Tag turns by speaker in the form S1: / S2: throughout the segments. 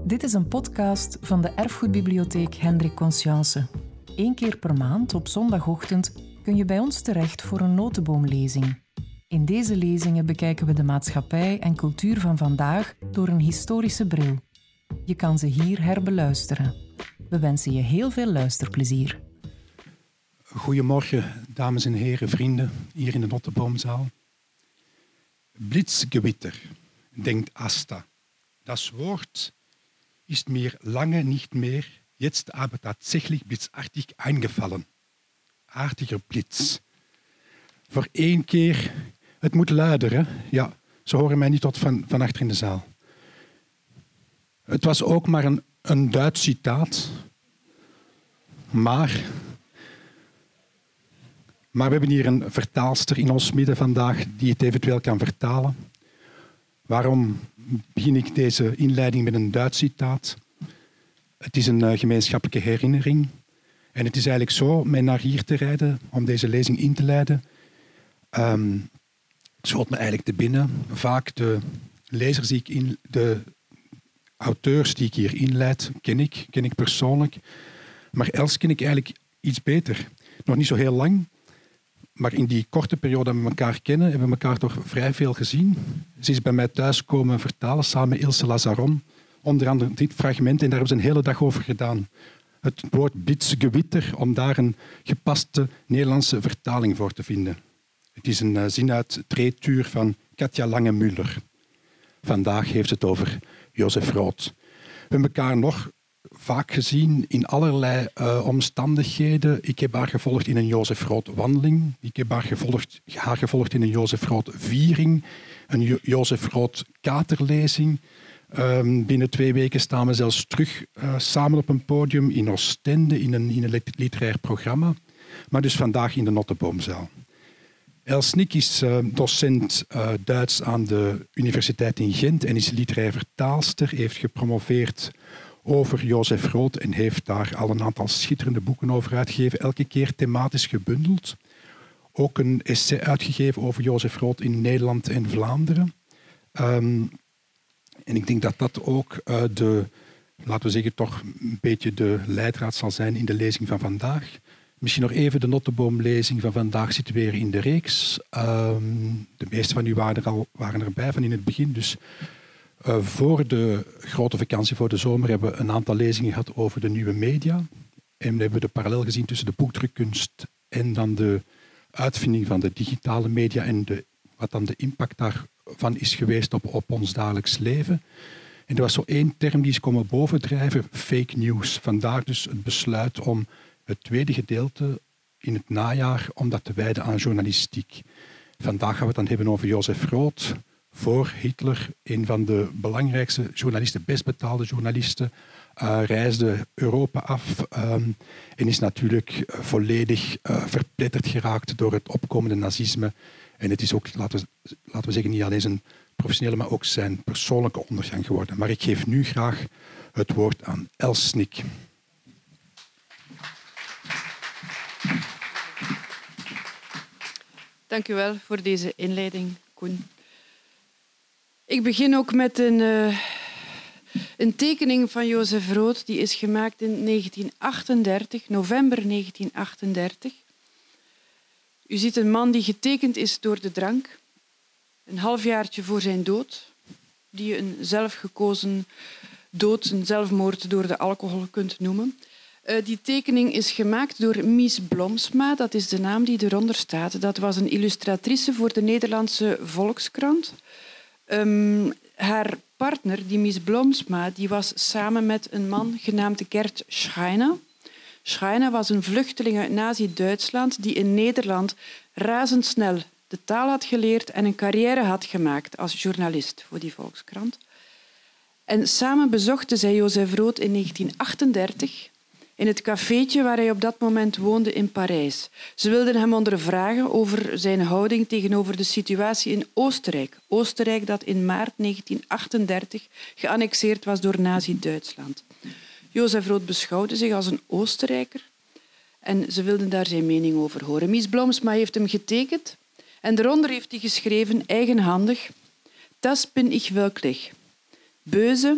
S1: Dit is een podcast van de Erfgoedbibliotheek Hendrik Conscience. 1 keer per maand op zondagochtend kun je bij ons terecht voor een notenboomlezing. In deze lezingen bekijken we de maatschappij en cultuur van vandaag door een historische bril. Je kan ze hier herbeluisteren. We wensen je heel veel luisterplezier.
S2: Goedemorgen, dames en heren, vrienden, hier in de Notenboomzaal. Blitzgewitter, denkt Asta. Das Wort ist mir lange nicht mehr, jetzt aber tatsächlich blitzartig eingefallen. Aardiger Blitz. Voor 1 keer, het moet luider, hè? Ja, ze horen mij niet tot van achter in de zaal. Het was ook maar een Duits citaat, maar we hebben hier een vertaalster in ons midden vandaag die het eventueel kan vertalen. Waarom begin ik deze inleiding met een Duits citaat? Het is een gemeenschappelijke herinnering. En het is eigenlijk zo, mij naar hier te rijden om deze lezing in te leiden, schoot me eigenlijk te binnen. Vaak de lezers de auteurs die ik hier inleid, ken ik persoonlijk. Maar Els ken ik eigenlijk iets beter. Nog niet zo heel lang. Maar in die korte periode dat we elkaar kennen, hebben we elkaar toch vrij veel gezien. Ze is bij mij thuis komen vertalen, samen met Ilse Lazaron. Onder andere dit fragment, en daar hebben ze een hele dag over gedaan. Het woord blitzgewitter, om daar een gepaste Nederlandse vertaling voor te vinden. Het is een zin uit Treetuur van Katja Lange-Müller. Vandaag heeft het over Jozef Rood. We hebben elkaar nog vaak gezien in allerlei omstandigheden. Ik heb haar gevolgd in een Jozef Rood wandeling. Ik heb haar gevolgd in een Jozef Rood viering. Een Jozef Rood katerlezing. Binnen 2 weken staan we zelfs terug samen op een podium in Oostende in een literair programma. Maar dus vandaag in de Notenboomzaal. Els Nick is docent Duits aan de Universiteit in Gent en is literair vertaalster. Heeft gepromoveerd over Jozef Rood en heeft daar al een aantal schitterende boeken over uitgegeven, elke keer thematisch gebundeld. Ook een essay uitgegeven over Jozef Rood in Nederland en Vlaanderen. En ik denk dat dat ook laten we zeggen, toch een beetje de leidraad zal zijn in de lezing van vandaag. Misschien nog even de Notenboomlezing van vandaag situeren in de reeks. De meeste van u waren erbij van in het begin, dus voor de grote vakantie, voor de zomer, hebben we een aantal lezingen gehad over de nieuwe media. En we hebben de parallel gezien tussen de boekdrukkunst en dan de uitvinding van de digitale media en wat dan de impact daarvan is geweest op ons dagelijks leven. En er was zo 1 term die is komen bovendrijven, fake news. Vandaar dus het besluit om het tweede gedeelte in het najaar om dat te wijden aan journalistiek. Vandaag gaan we het dan hebben over Jozef Rood. Voor Hitler, een van de belangrijkste journalisten, best betaalde journalisten, reisde Europa af en is natuurlijk volledig verpletterd geraakt door het opkomende nazisme. En het is ook, laten we zeggen, niet alleen zijn professionele, maar ook zijn persoonlijke ondergang geworden. Maar ik geef nu graag het woord aan Els Nick.
S3: Dank u wel voor deze inleiding, Koen. Ik begin ook met een tekening van Jozef Rood. Die is gemaakt in 1938, november 1938. U ziet een man die getekend is door de drank. Een halfjaartje voor zijn dood. Die je een zelfgekozen dood, een zelfmoord door de alcohol kunt noemen. Die tekening is gemaakt door Mies Blomsma. Dat is de naam die eronder staat. Dat was een illustratrice voor de Nederlandse Volkskrant. Haar partner, die Mies Blomsma, die was samen met een man genaamd Gert Schreiner. Schreiner was een vluchteling uit Nazi-Duitsland die in Nederland razendsnel de taal had geleerd en een carrière had gemaakt als journalist voor die Volkskrant. En samen bezochten zij Jozef Rood in 1938 in het cafeetje waar hij op dat moment woonde in Parijs. Ze wilden hem ondervragen over zijn houding tegenover de situatie in Oostenrijk. Oostenrijk dat in maart 1938 geannexeerd was door Nazi-Duitsland. Jozef Rood beschouwde zich als een Oostenrijker en ze wilden daar zijn mening over horen. Mies Blomsma heeft hem getekend en daaronder heeft hij geschreven, eigenhandig: Das bin ich wirklich. Böse,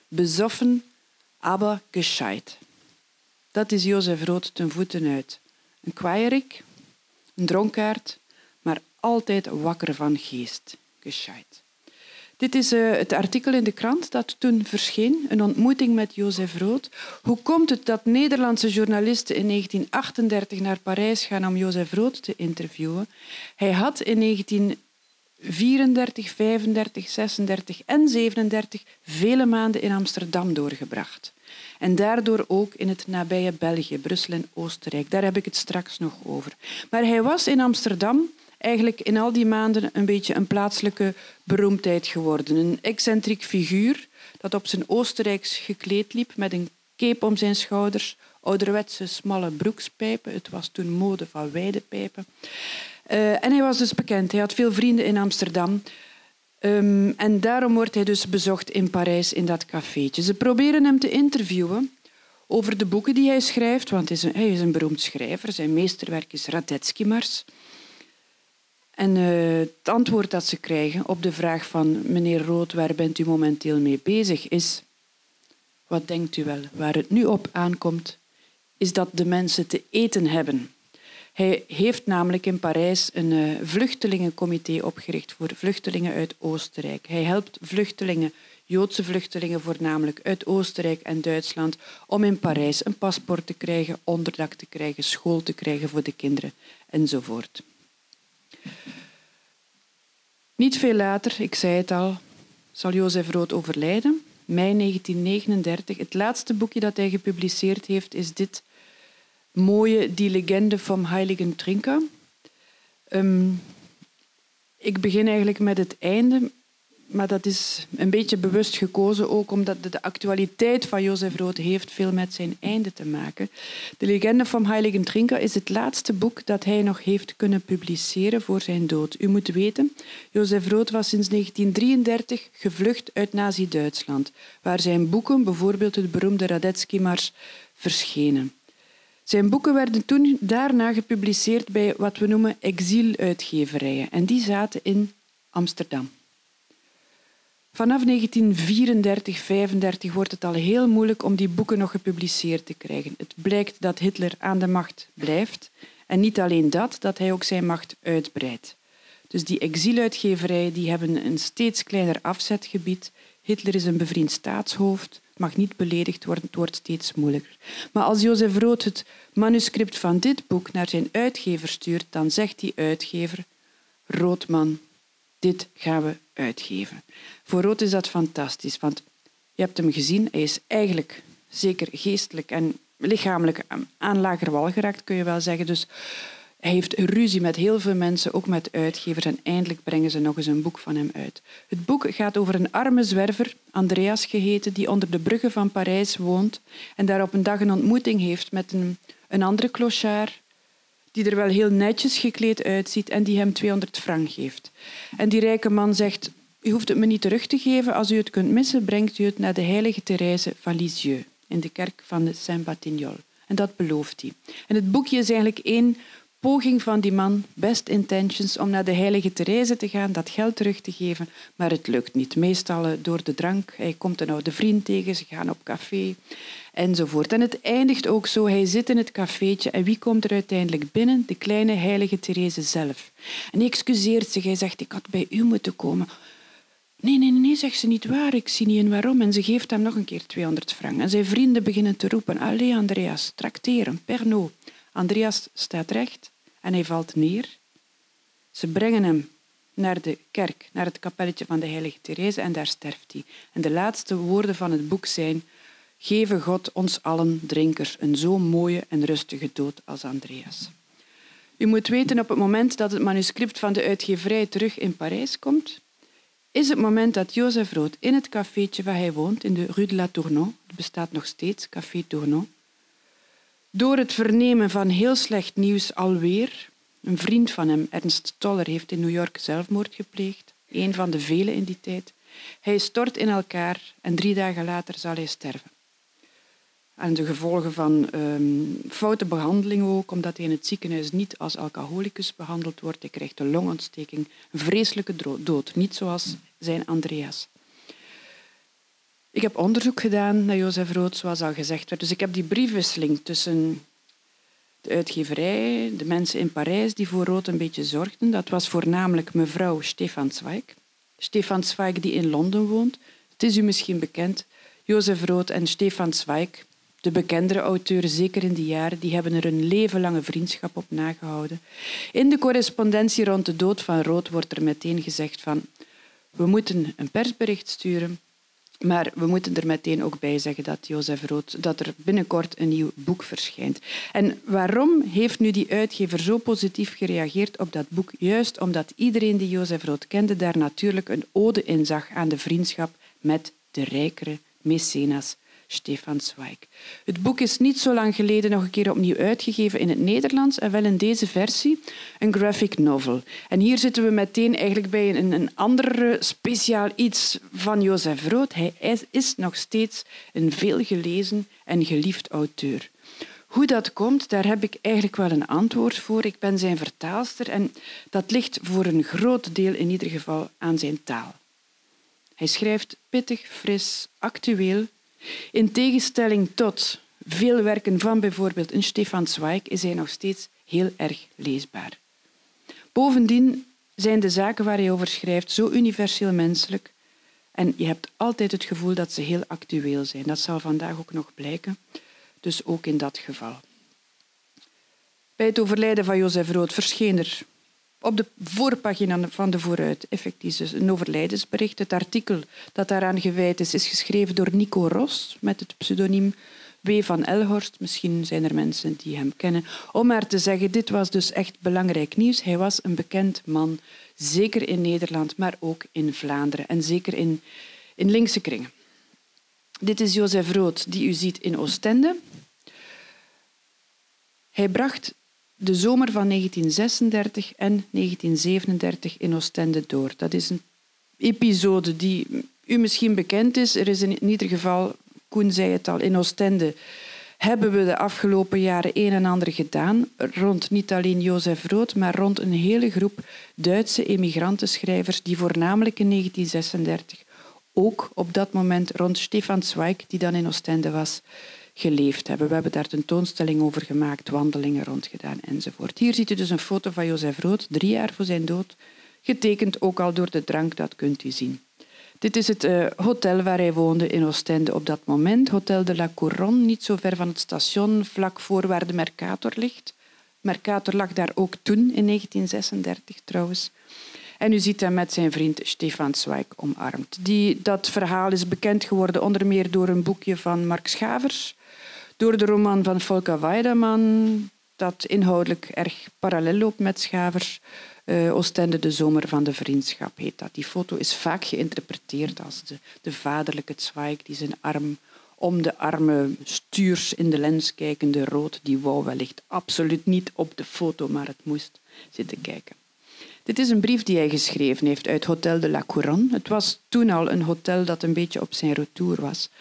S3: besoffen, aber gescheit. Dat is Jozef Rood ten voeten uit. Een kwaairik, een dronkaard, maar altijd wakker van geest. Gescheit. Dit is het artikel in de krant dat toen verscheen, een ontmoeting met Jozef Rood. Hoe komt het dat Nederlandse journalisten in 1938 naar Parijs gaan om Jozef Rood te interviewen? Hij had in 1934, 35, 36 en 37 vele maanden in Amsterdam doorgebracht. En daardoor ook in het nabije België, Brussel en Oostenrijk. Daar heb ik het straks nog over. Maar hij was in Amsterdam eigenlijk in al die maanden een beetje een plaatselijke beroemdheid geworden. Een excentriek figuur dat op zijn Oostenrijks gekleed liep met een cape om zijn schouders, ouderwetse smalle broekspijpen. Het was toen mode van wijde pijpen. En hij was dus bekend. Hij had veel vrienden in Amsterdam. En daarom wordt hij dus bezocht in Parijs in dat cafeetje. Ze proberen hem te interviewen over de boeken die hij schrijft, want hij is een beroemd schrijver. Zijn meesterwerk is Radetzky-mars. En het antwoord dat ze krijgen op de vraag van meneer Rood, waar bent u momenteel mee bezig, is, wat denkt u wel, waar het nu op aankomt, is dat de mensen te eten hebben. Hij heeft namelijk in Parijs een vluchtelingencomité opgericht voor vluchtelingen uit Oostenrijk. Hij helpt vluchtelingen, Joodse vluchtelingen voornamelijk, uit Oostenrijk en Duitsland, om in Parijs een paspoort te krijgen, onderdak te krijgen, school te krijgen voor de kinderen enzovoort. Niet veel later, ik zei het al, zal Jozef Rood overlijden. Mei 1939. Het laatste boekje dat hij gepubliceerd heeft is dit mooie Die Legende vom Heiligen Trinker. Ik begin eigenlijk met het einde, maar dat is een beetje bewust gekozen, ook omdat de actualiteit van Jozef Rood heeft veel met zijn einde te maken. De Legende vom Heiligen Trinker is het laatste boek dat hij nog heeft kunnen publiceren voor zijn dood. U moet weten, Jozef Rood was sinds 1933 gevlucht uit Nazi-Duitsland, waar zijn boeken, bijvoorbeeld het beroemde Radetzky-mars, verschenen. Zijn boeken werden toen daarna gepubliceerd bij wat we noemen exieluitgeverijen. En die zaten in Amsterdam. Vanaf 1934-35 wordt het al heel moeilijk om die boeken nog gepubliceerd te krijgen. Het blijkt dat Hitler aan de macht blijft. En niet alleen dat hij ook zijn macht uitbreidt. Dus die exieluitgeverijen die hebben een steeds kleiner afzetgebied. Hitler is een bevriend staatshoofd. Mag niet beledigd worden, het wordt steeds moeilijker. Maar als Jozef Rood het manuscript van dit boek naar zijn uitgever stuurt, dan zegt die uitgever, Roodman, dit gaan we uitgeven. Voor Rood is dat fantastisch, want je hebt hem gezien, hij is eigenlijk zeker geestelijk en lichamelijk aan lager wal geraakt, kun je wel zeggen. Dus hij heeft ruzie met heel veel mensen, ook met uitgevers, en eindelijk brengen ze nog eens een boek van hem uit. Het boek gaat over een arme zwerver, Andreas geheten, die onder de bruggen van Parijs woont en daar op een dag een ontmoeting heeft met een andere clochard, die er wel heel netjes gekleed uitziet en die hem 200 francs geeft. En die rijke man zegt, u hoeft het me niet terug te geven, als u het kunt missen, brengt u het naar de heilige Thérèse van Lisieux, in de kerk van de Saint-Batignolles. En dat belooft hij. En het boekje is eigenlijk één poging van die man, best intentions, om naar de heilige Thérèse te gaan, dat geld terug te geven, maar het lukt niet. Meestal door de drank. Hij komt een oude vriend tegen, ze gaan op café enzovoort. En het eindigt ook zo, hij zit in het cafeetje en wie komt er uiteindelijk binnen? De kleine heilige Thérèse zelf. En hij excuseert zich, hij zegt, ik had bij u moeten komen. Nee, zegt ze, niet waar, ik zie niet in waarom. En ze geeft hem nog een keer 200 francs. En zijn vrienden beginnen te roepen, allee Andreas, trakteren, Pernod. Andreas staat recht en hij valt neer. Ze brengen hem naar de kerk, naar het kapelletje van de heilige Thérèse en daar sterft hij. En de laatste woorden van het boek zijn, geve God ons allen drinkers een zo mooie en rustige dood als Andreas. U moet weten, op het moment dat het manuscript van de uitgeverij terug in Parijs komt, is het moment dat Jozef Rood in het cafeetje waar hij woont, in de Rue de la Tournon, het bestaat nog steeds, Café Tournon, door het vernemen van heel slecht nieuws alweer, een vriend van hem, Ernst Toller, heeft in New York zelfmoord gepleegd, een van de vele in die tijd. Hij stort in elkaar en 3 dagen later zal hij sterven. Aan de gevolgen van foute behandeling ook, omdat hij in het ziekenhuis niet als alcoholicus behandeld wordt. Hij krijgt een longontsteking, een vreselijke dood, niet zoals zijn Andreas. Ik heb onderzoek gedaan naar Jozef Rood, zoals al gezegd werd. Dus ik heb die briefwisseling tussen de uitgeverij, de mensen in Parijs die voor Rood een beetje zorgden. Dat was voornamelijk mevrouw Stefan Zweig. Stefan Zweig die in Londen woont. Het is u misschien bekend. Jozef Rood en Stefan Zweig, de bekendere auteuren, zeker in die jaren, die hebben er een levenlange vriendschap op nagehouden. In de correspondentie rond de dood van Rood wordt er meteen gezegd van we moeten een persbericht sturen, maar we moeten er meteen ook bij zeggen dat Jozef Rood, dat er binnenkort een nieuw boek verschijnt. En waarom heeft nu die uitgever zo positief gereageerd op dat boek? Juist omdat iedereen die Jozef Rood kende daar natuurlijk een ode in zag aan de vriendschap met de rijkere mecenas Stefan Zweig. Het boek is niet zo lang geleden nog een keer opnieuw uitgegeven in het Nederlands en wel in deze versie, een graphic novel. En hier zitten we meteen eigenlijk bij een ander speciaal iets van Jozef Rood. Hij is nog steeds een veelgelezen en geliefd auteur. Hoe dat komt, daar heb ik eigenlijk wel een antwoord voor. Ik ben zijn vertaalster en dat ligt voor een groot deel in ieder geval aan zijn taal. Hij schrijft pittig, fris, actueel. In tegenstelling tot veel werken van bijvoorbeeld een Stefan Zweig is hij nog steeds heel erg leesbaar. Bovendien zijn de zaken waar hij over schrijft zo universeel menselijk en je hebt altijd het gevoel dat ze heel actueel zijn. Dat zal vandaag ook nog blijken, dus ook in dat geval. Bij het overlijden van Jozef Rood verscheen er op de voorpagina van de Vooruit effectief dus een overlijdensbericht. Het artikel dat daaraan gewijd is geschreven door Nico Ros met het pseudoniem W. van Elhorst. Misschien zijn er mensen die hem kennen. Om maar te zeggen, dit was dus echt belangrijk nieuws. Hij was een bekend man, zeker in Nederland, maar ook in Vlaanderen en zeker in linkse kringen. Dit is Jozef Rood, die u ziet in Oostende. Hij bracht de zomer van 1936 en 1937 in Oostende door. Dat is een episode die u misschien bekend is. Er is in ieder geval, Koen zei het al, in Oostende hebben we de afgelopen jaren een en ander gedaan rond niet alleen Jozef Rood, maar rond een hele groep Duitse emigrantenschrijvers die voornamelijk in 1936 ook op dat moment rond Stefan Zweig, die dan in Oostende was, geleefd hebben. We hebben daar tentoonstelling over gemaakt, wandelingen rondgedaan enzovoort. Hier ziet u dus een foto van Jozef Rood, 3 jaar voor zijn dood, getekend ook al door de drank, dat kunt u zien. Dit is het hotel waar hij woonde in Oostende op dat moment, Hotel de la Couronne, niet zo ver van het station, vlak voor waar de Mercator ligt. Mercator lag daar ook toen, in 1936 trouwens. En u ziet hem met zijn vriend Stefan Zweig omarmd. Dat verhaal is bekend geworden onder meer door een boekje van Mark Schavers, door de roman van Volker Weideman, dat inhoudelijk erg parallel loopt met Schavers. Oostende, de zomer van de vriendschap heet dat. Die foto is vaak geïnterpreteerd als de vaderlijke Zweig die zijn arm om de arme stuurs in de lens kijkende Rood. Die wou wellicht absoluut niet op de foto, maar het moest zitten kijken. Dit is een brief die hij geschreven heeft uit Hotel de la Couronne. Het was toen al een hotel dat een beetje op zijn retour was.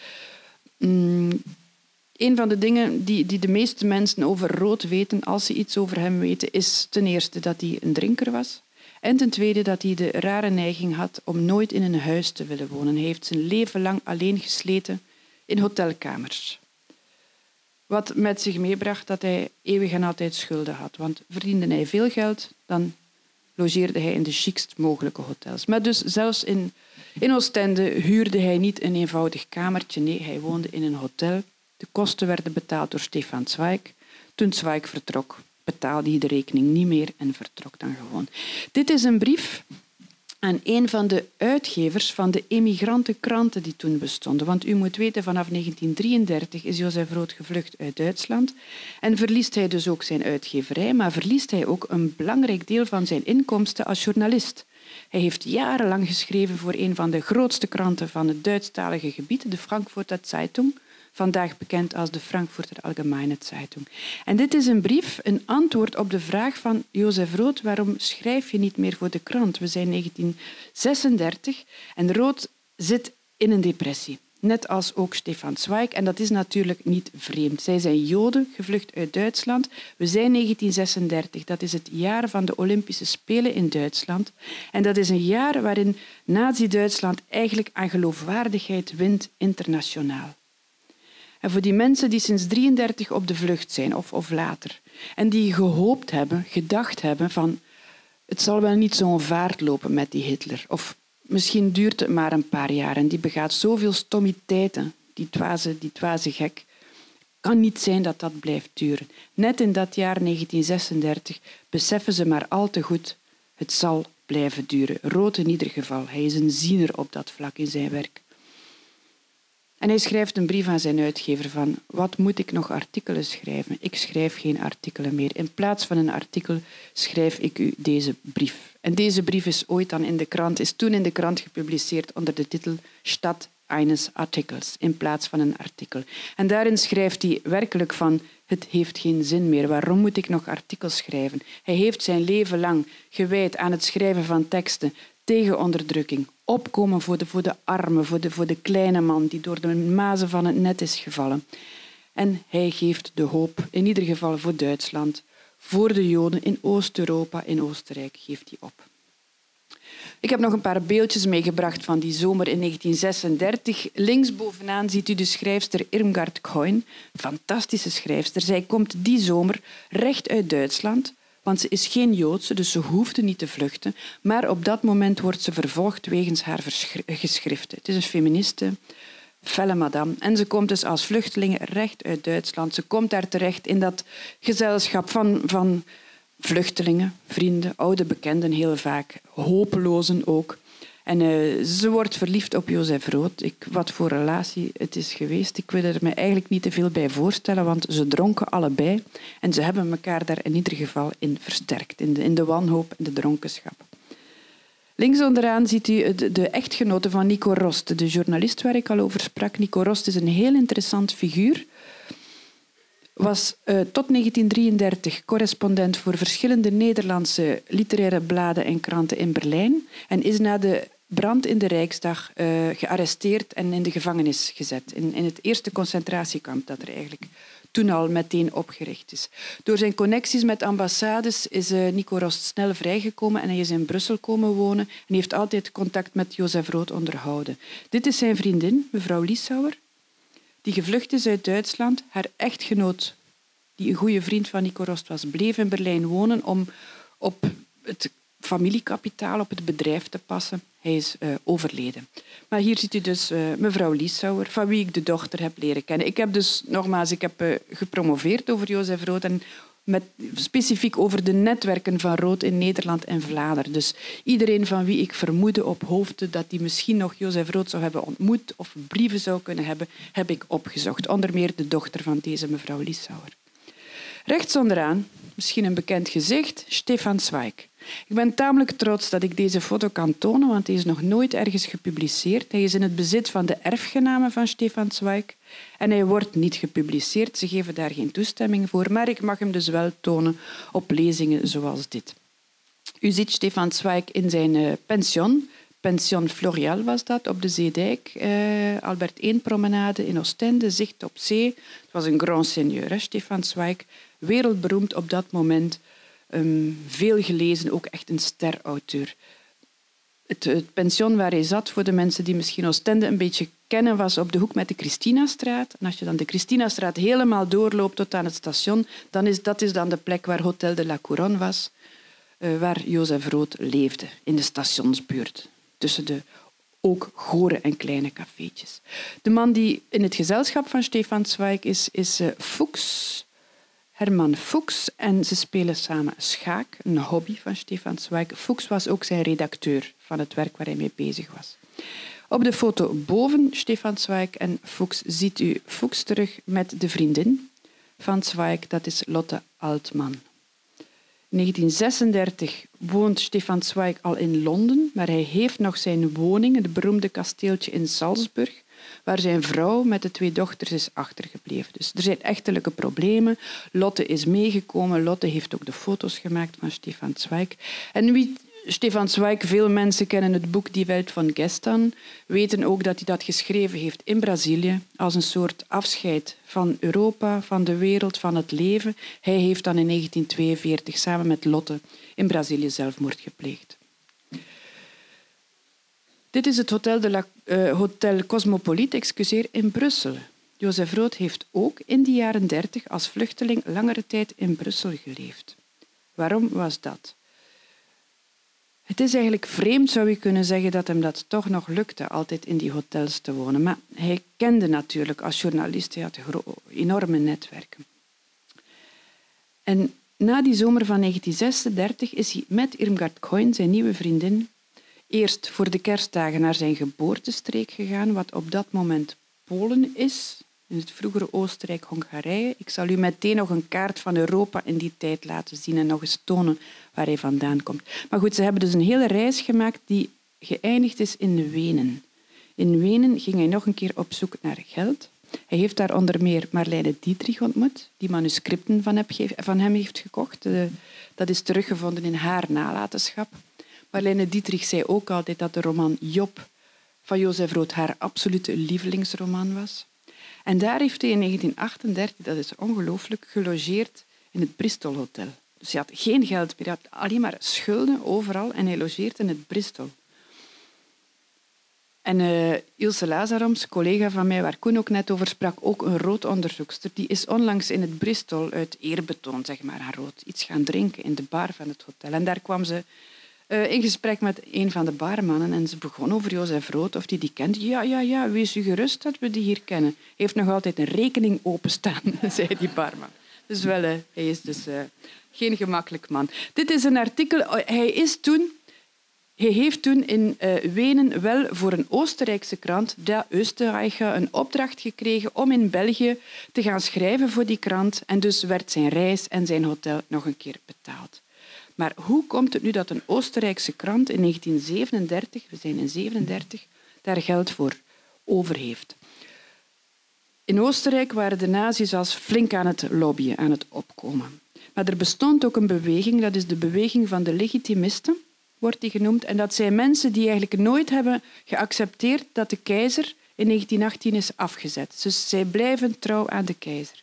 S3: Een van de dingen die de meeste mensen over Rood weten, als ze iets over hem weten, is ten eerste dat hij een drinker was. En ten tweede dat hij de rare neiging had om nooit in een huis te willen wonen. Hij heeft zijn leven lang alleen gesleten in hotelkamers. Wat met zich meebracht dat hij eeuwig en altijd schulden had. Want verdiende hij veel geld, dan logeerde hij in de chicst mogelijke hotels. Maar dus zelfs in Oostende huurde hij niet een eenvoudig kamertje. Nee, hij woonde in een hotel. De kosten werden betaald door Stefan Zweig. Toen Zweig vertrok, betaalde hij de rekening niet meer en vertrok dan gewoon. Dit is een brief aan een van de uitgevers van de emigrantenkranten die toen bestonden. Want u moet weten, vanaf 1933 is Jozef Rood gevlucht uit Duitsland en verliest hij dus ook zijn uitgeverij, maar verliest hij ook een belangrijk deel van zijn inkomsten als journalist. Hij heeft jarenlang geschreven voor een van de grootste kranten van het Duitsstalige gebied, de Frankfurter Zeitung, vandaag bekend als de Frankfurter Allgemeine Zeitung. En dit is een brief, een antwoord op de vraag van Jozef Rood, waarom schrijf je niet meer voor de krant? We zijn 1936 en Rood zit in een depressie. net als ook Stefan Zweig. En dat is natuurlijk niet vreemd. Zij zijn Joden, gevlucht uit Duitsland. We zijn 1936, dat is het jaar van de Olympische Spelen in Duitsland. En dat is een jaar waarin Nazi-Duitsland eigenlijk aan geloofwaardigheid wint internationaal. En voor die mensen die sinds 1933 op de vlucht zijn, of later, en die gehoopt hebben, gedacht hebben van het zal wel niet zo'n vaart lopen met die Hitler. Of misschien duurt het maar een paar jaar en die begaat zoveel stommiteiten, die dwaze gek. Kan niet zijn dat dat blijft duren. Net in dat jaar 1936 beseffen ze maar al te goed, het zal blijven duren. Rood in ieder geval. Hij is een ziener op dat vlak in zijn werk. En hij schrijft een brief aan zijn uitgever van wat moet ik nog artikelen schrijven? Ik schrijf geen artikelen meer. In plaats van een artikel schrijf ik u deze brief. En deze brief is toen in de krant gepubliceerd onder de titel Statt eines Artikels, in plaats van een artikel. En daarin schrijft hij werkelijk van het heeft geen zin meer. Waarom moet ik nog artikels schrijven? Hij heeft zijn leven lang gewijd aan het schrijven van teksten tegen onderdrukking. Opkomen voor de armen, voor de kleine man die door de mazen van het net is gevallen. En hij geeft de hoop, in ieder geval voor Duitsland, voor de Joden in Oost-Europa, in Oostenrijk, geeft hij op. Ik heb nog een paar beeldjes meegebracht van die zomer in 1936. Linksbovenaan ziet u de schrijfster Irmgard Keun, fantastische schrijfster. Zij komt die zomer recht uit Duitsland, want ze is geen Joodse, dus ze hoefde niet te vluchten. Maar op dat moment wordt ze vervolgd wegens haar geschriften. Het is een feministe, felle madame. En ze komt dus als vluchteling recht uit Duitsland. Ze komt daar terecht in dat gezelschap van vluchtelingen, vrienden, oude bekenden heel vaak, hopelozen ook. En ze wordt verliefd op Jozef Rood. Wat voor relatie het is geweest, ik wil er me eigenlijk niet te veel bij voorstellen, want ze dronken allebei en ze hebben elkaar daar in ieder geval in versterkt, in de wanhoop en de dronkenschap. Links onderaan ziet u de echtgenote van Nico Rost, de journalist waar ik al over sprak. Nico Rost is een heel interessant figuur. Was tot 1933 correspondent voor verschillende Nederlandse literaire bladen en kranten in Berlijn en is na de brand in de Rijksdag gearresteerd en in de gevangenis gezet. In het eerste concentratiekamp dat er eigenlijk toen al meteen opgericht is. Door zijn connecties met ambassades is Nico Rost snel vrijgekomen en hij is in Brussel komen wonen en heeft altijd contact met Jozef Rood onderhouden. Dit is zijn vriendin, mevrouw Liesauer, die gevlucht is uit Duitsland. Haar echtgenoot, die een goede vriend van Nico Rost was, bleef in Berlijn wonen om op het familiekapitaal, op het bedrijf te passen. Hij is overleden. Maar hier ziet u dus mevrouw Liesauer, van wie ik de dochter heb leren kennen. Ik heb dus nogmaals gepromoveerd over Jozef Rood en specifiek over de netwerken van Rood in Nederland en Vlaanderen. Dus iedereen van wie ik vermoedde op hoofde dat hij misschien nog Jozef Rood zou hebben ontmoet of brieven zou kunnen hebben, heb ik opgezocht. Onder meer de dochter van deze mevrouw Liesauer. Rechts onderaan, misschien een bekend gezicht, Stefan Zweig. Ik ben tamelijk trots dat ik deze foto kan tonen, want hij is nog nooit ergens gepubliceerd. Hij is in het bezit van de erfgenamen van Stefan Zweig en hij wordt niet gepubliceerd. Ze geven daar geen toestemming voor, maar ik mag hem dus wel tonen op lezingen zoals dit. U ziet Stefan Zweig in zijn pension. Pension Florial was dat, op de Zeedijk. Albert I-promenade in Oostende, zicht op zee. Het was een grand seigneur, hè, Stefan Zweig. Wereldberoemd op dat moment. Veel gelezen, ook echt een sterauteur. Het pension waar hij zat, voor de mensen die misschien Oostende een beetje kennen, was op de hoek met de Christinastraat. En als je dan de Christinastraat helemaal doorloopt tot aan het station, dat is dan de plek waar Hotel de la Couronne was, waar Jozef Rood leefde, in de stationsbuurt. Tussen de ook gore en kleine cafeetjes. De man die in het gezelschap van Stefan Zweig is Fuchs, Herman Fuchs, en ze spelen samen schaak, een hobby van Stefan Zweig. Fuchs was ook zijn redacteur van het werk waar hij mee bezig was. Op de foto boven Stefan Zweig en Fuchs ziet u Fuchs terug met de vriendin van Zweig, dat is Lotte Altman. In 1936 woont Stefan Zweig al in Londen, maar hij heeft nog zijn woning, het beroemde kasteeltje in Salzburg, waar zijn vrouw met de 2 dochters is achtergebleven. Dus er zijn echtelijke problemen. Lotte is meegekomen. Lotte heeft ook de foto's gemaakt van Stefan Zweig. En wie Stefan Zweig, veel mensen kennen het boek Die Welt von Gestern, weten ook dat hij dat geschreven heeft in Brazilië als een soort afscheid van Europa, van de wereld, van het leven. Hij heeft dan in 1942 samen met Lotte in Brazilië zelfmoord gepleegd. Dit is het Hotel Cosmopolite in Brussel. Jozef Rood heeft ook in de jaren 30 als vluchteling langere tijd in Brussel geleefd. Waarom was dat? Het is eigenlijk vreemd, zou je kunnen zeggen, dat hem dat toch nog lukte altijd in die hotels te wonen. Maar hij kende natuurlijk als journalist, hij had enorme netwerken. En na die zomer van 1936 is hij met Irmgard Keun, zijn nieuwe vriendin, eerst voor de kerstdagen naar zijn geboortestreek gegaan, wat op dat moment Polen is, in het vroegere Oostenrijk-Hongarije. Ik zal u meteen nog een kaart van Europa in die tijd laten zien en nog eens tonen waar hij vandaan komt. Maar goed, ze hebben dus een hele reis gemaakt die geëindigd is in Wenen. In Wenen ging hij nog een keer op zoek naar geld. Hij heeft daar onder meer Marlene Dietrich ontmoet, die manuscripten van hem heeft gekocht. Dat is teruggevonden in haar nalatenschap. Marlene Dietrich zei ook altijd dat de roman Job van Jozef Rood haar absolute lievelingsroman was. En daar heeft hij in 1938, dat is ongelooflijk, gelogeerd in het Bristol Hotel. Dus hij had geen geld meer, hij had alleen maar schulden overal en hij logeert in het Bristol. En Ilse Lazaroms, collega van mij, waar Koen ook net over sprak, ook een Rood-onderzoekster, die is onlangs in het Bristol uit eerbetoon, zeg maar, aan Rood, iets gaan drinken in de bar van het hotel. En daar kwam ze in gesprek met een van de barmannen en ze begon over Jozef Rood, of die kent. Ja, wees u gerust dat we die hier kennen. Hij heeft nog altijd een rekening openstaan, zei die barman. Dus wel, hij is dus geen gemakkelijk man. Dit is een artikel. Hij heeft toen in Wenen wel voor een Oostenrijkse krant, Der Österreicher, een opdracht gekregen om in België te gaan schrijven voor die krant. En dus werd zijn reis en zijn hotel nog een keer betaald. Maar hoe komt het nu dat een Oostenrijkse krant in 1937, we zijn in 1937, daar geld voor over heeft? In Oostenrijk waren de nazi's als flink aan het lobbyen, aan het opkomen. Maar er bestond ook een beweging, dat is de beweging van de legitimisten, wordt die genoemd. En dat zijn mensen die eigenlijk nooit hebben geaccepteerd dat de keizer in 1918 is afgezet. Dus zij blijven trouw aan de keizer.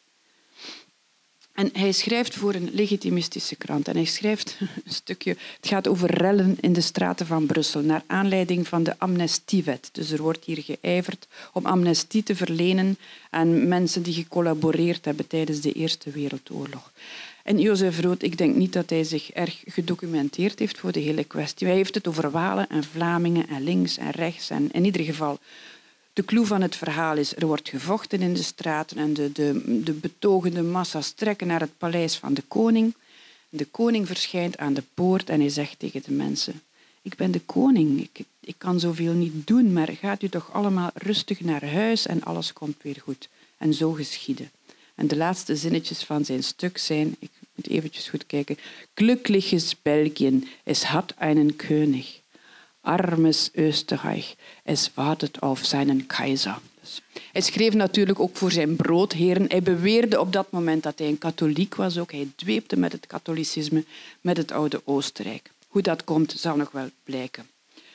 S3: En hij schrijft voor een legitimistische krant. En hij schrijft een stukje... Het gaat over rellen in de straten van Brussel, naar aanleiding van de amnestiewet. Dus er wordt hier geijverd om amnestie te verlenen aan mensen die gecollaboreerd hebben tijdens de Eerste Wereldoorlog. En Jozef Rood, ik denk niet dat hij zich erg gedocumenteerd heeft voor de hele kwestie. Hij heeft het over Walen en Vlamingen en links en rechts. En in ieder geval... De clou van het verhaal is, er wordt gevochten in de straten en de betogende massa's trekken naar het paleis van de koning. De koning verschijnt aan de poort en hij zegt tegen de mensen, ik ben de koning, ik kan zoveel niet doen, maar gaat u toch allemaal rustig naar huis en alles komt weer goed. En zo geschiedde. En de laatste zinnetjes van zijn stuk zijn, ik moet eventjes goed kijken, Glückliches Belgien, es hat einen König. Armes Österreich, es wartet auf seinen Kaiser. Dus hij schreef natuurlijk ook voor zijn broodheren. Hij beweerde op dat moment dat hij een katholiek was ook. Hij dweepte met het katholicisme, met het oude Oostenrijk. Hoe dat komt, zal nog wel blijken.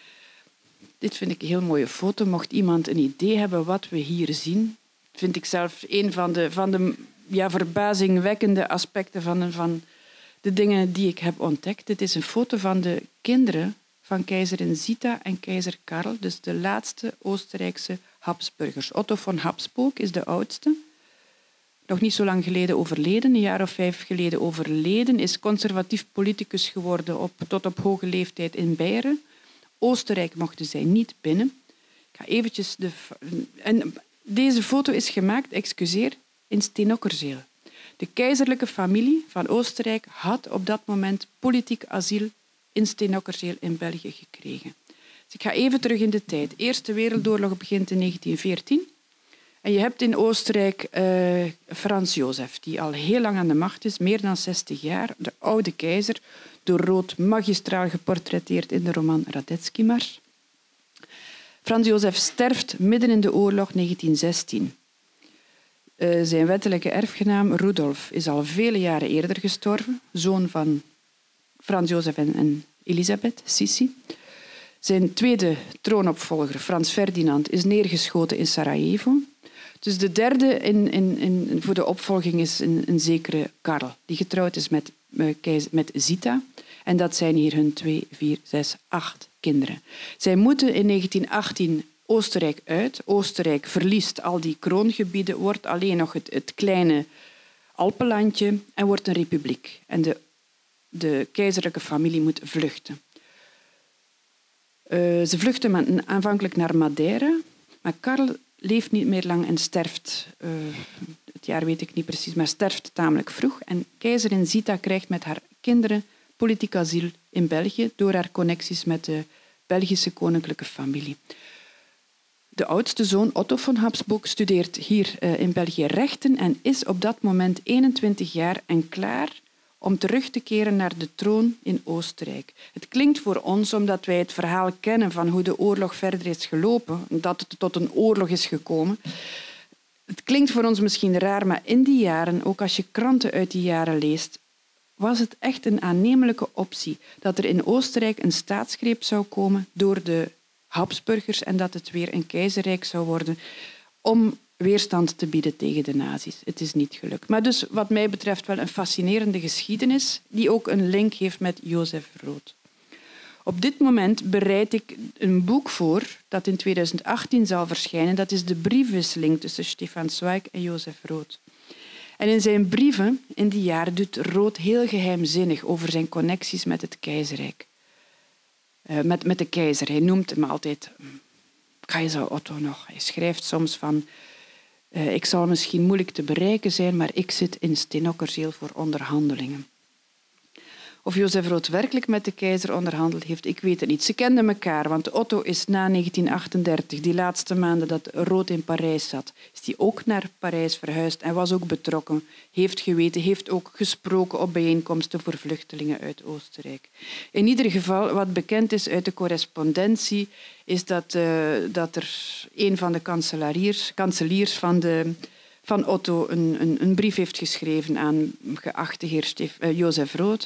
S3: Dit vind ik een heel mooie foto. Mocht iemand een idee hebben wat we hier zien, vind ik zelf een van de verbazingwekkende aspecten van de dingen die ik heb ontdekt. Dit is een foto van de kinderen van keizerin Zita en keizer Karl, dus de laatste Oostenrijkse Habsburgers. Otto von Habsburg is de oudste. Nog niet zo lang geleden overleden, een jaar of 5 geleden overleden, is conservatief politicus geworden tot op hoge leeftijd in Beieren. Oostenrijk mochten zij niet binnen. Ik ga eventjes deze foto is gemaakt, in Steenokkerzeel. De keizerlijke familie van Oostenrijk had op dat moment politiek asiel in Steenokkerzeel in België gekregen. Dus ik ga even terug in de tijd. De Eerste Wereldoorlog begint in 1914. En je hebt in Oostenrijk Frans Jozef, die al heel lang aan de macht is, meer dan 60 jaar, de oude keizer, door Rood magistraal geportretteerd in de roman Radetzky-mars. Frans Jozef sterft midden in de oorlog 1916. Zijn wettelijke erfgenaam Rudolf is al vele jaren eerder gestorven, zoon van Frans Jozef en Elisabeth, Sissi. Zijn tweede troonopvolger, Frans Ferdinand, is neergeschoten in Sarajevo. Dus de derde voor de opvolging is een zekere Karl, die getrouwd is met Zita. En dat zijn hier hun 2, 4, 6, 8 kinderen. Zij moeten in 1918 Oostenrijk uit. Oostenrijk verliest al die kroongebieden, wordt alleen nog het kleine Alpenlandje en wordt een republiek. En de keizerlijke familie moet vluchten. Ze vluchten aanvankelijk naar Madeira, maar Karl leeft niet meer lang en sterft. Het jaar weet ik niet precies, maar sterft tamelijk vroeg. En keizerin Zita krijgt met haar kinderen politiek asiel in België door haar connecties met de Belgische koninklijke familie. De oudste zoon, Otto van Habsburg, studeert hier in België rechten en is op dat moment 21 jaar en klaar om terug te keren naar de troon in Oostenrijk. Het klinkt voor ons, omdat wij het verhaal kennen van hoe de oorlog verder is gelopen, dat het tot een oorlog is gekomen. Het klinkt voor ons misschien raar, maar in die jaren, ook als je kranten uit die jaren leest, was het echt een aannemelijke optie dat er in Oostenrijk een staatsgreep zou komen door de Habsburgers en dat het weer een keizerrijk zou worden om weerstand te bieden tegen de nazi's. Het is niet gelukt. Maar dus wat mij betreft wel een fascinerende geschiedenis die ook een link heeft met Jozef Rood. Op dit moment bereid ik een boek voor dat in 2018 zal verschijnen. Dat is de briefwisseling tussen Stefan Zweig en Jozef Rood. En in zijn brieven in die jaren doet Rood heel geheimzinnig over zijn connecties met het keizerrijk. Met de keizer. Hij noemt hem altijd keizer Otto nog. Hij schrijft soms van ik zal misschien moeilijk te bereiken zijn, maar ik zit in Steenokkerzeel voor onderhandelingen. Of Jozef Rood werkelijk met de keizer onderhandeld heeft, ik weet het niet. Ze kenden elkaar, want Otto is na 1938, die laatste maanden dat Rood in Parijs zat, is hij ook naar Parijs verhuisd en was ook betrokken. Heeft geweten, heeft ook gesproken op bijeenkomsten voor vluchtelingen uit Oostenrijk. In ieder geval, wat bekend is uit de correspondentie, is dat er een van de kanseliers van Otto een brief heeft geschreven aan geachte heer Jozef Rood.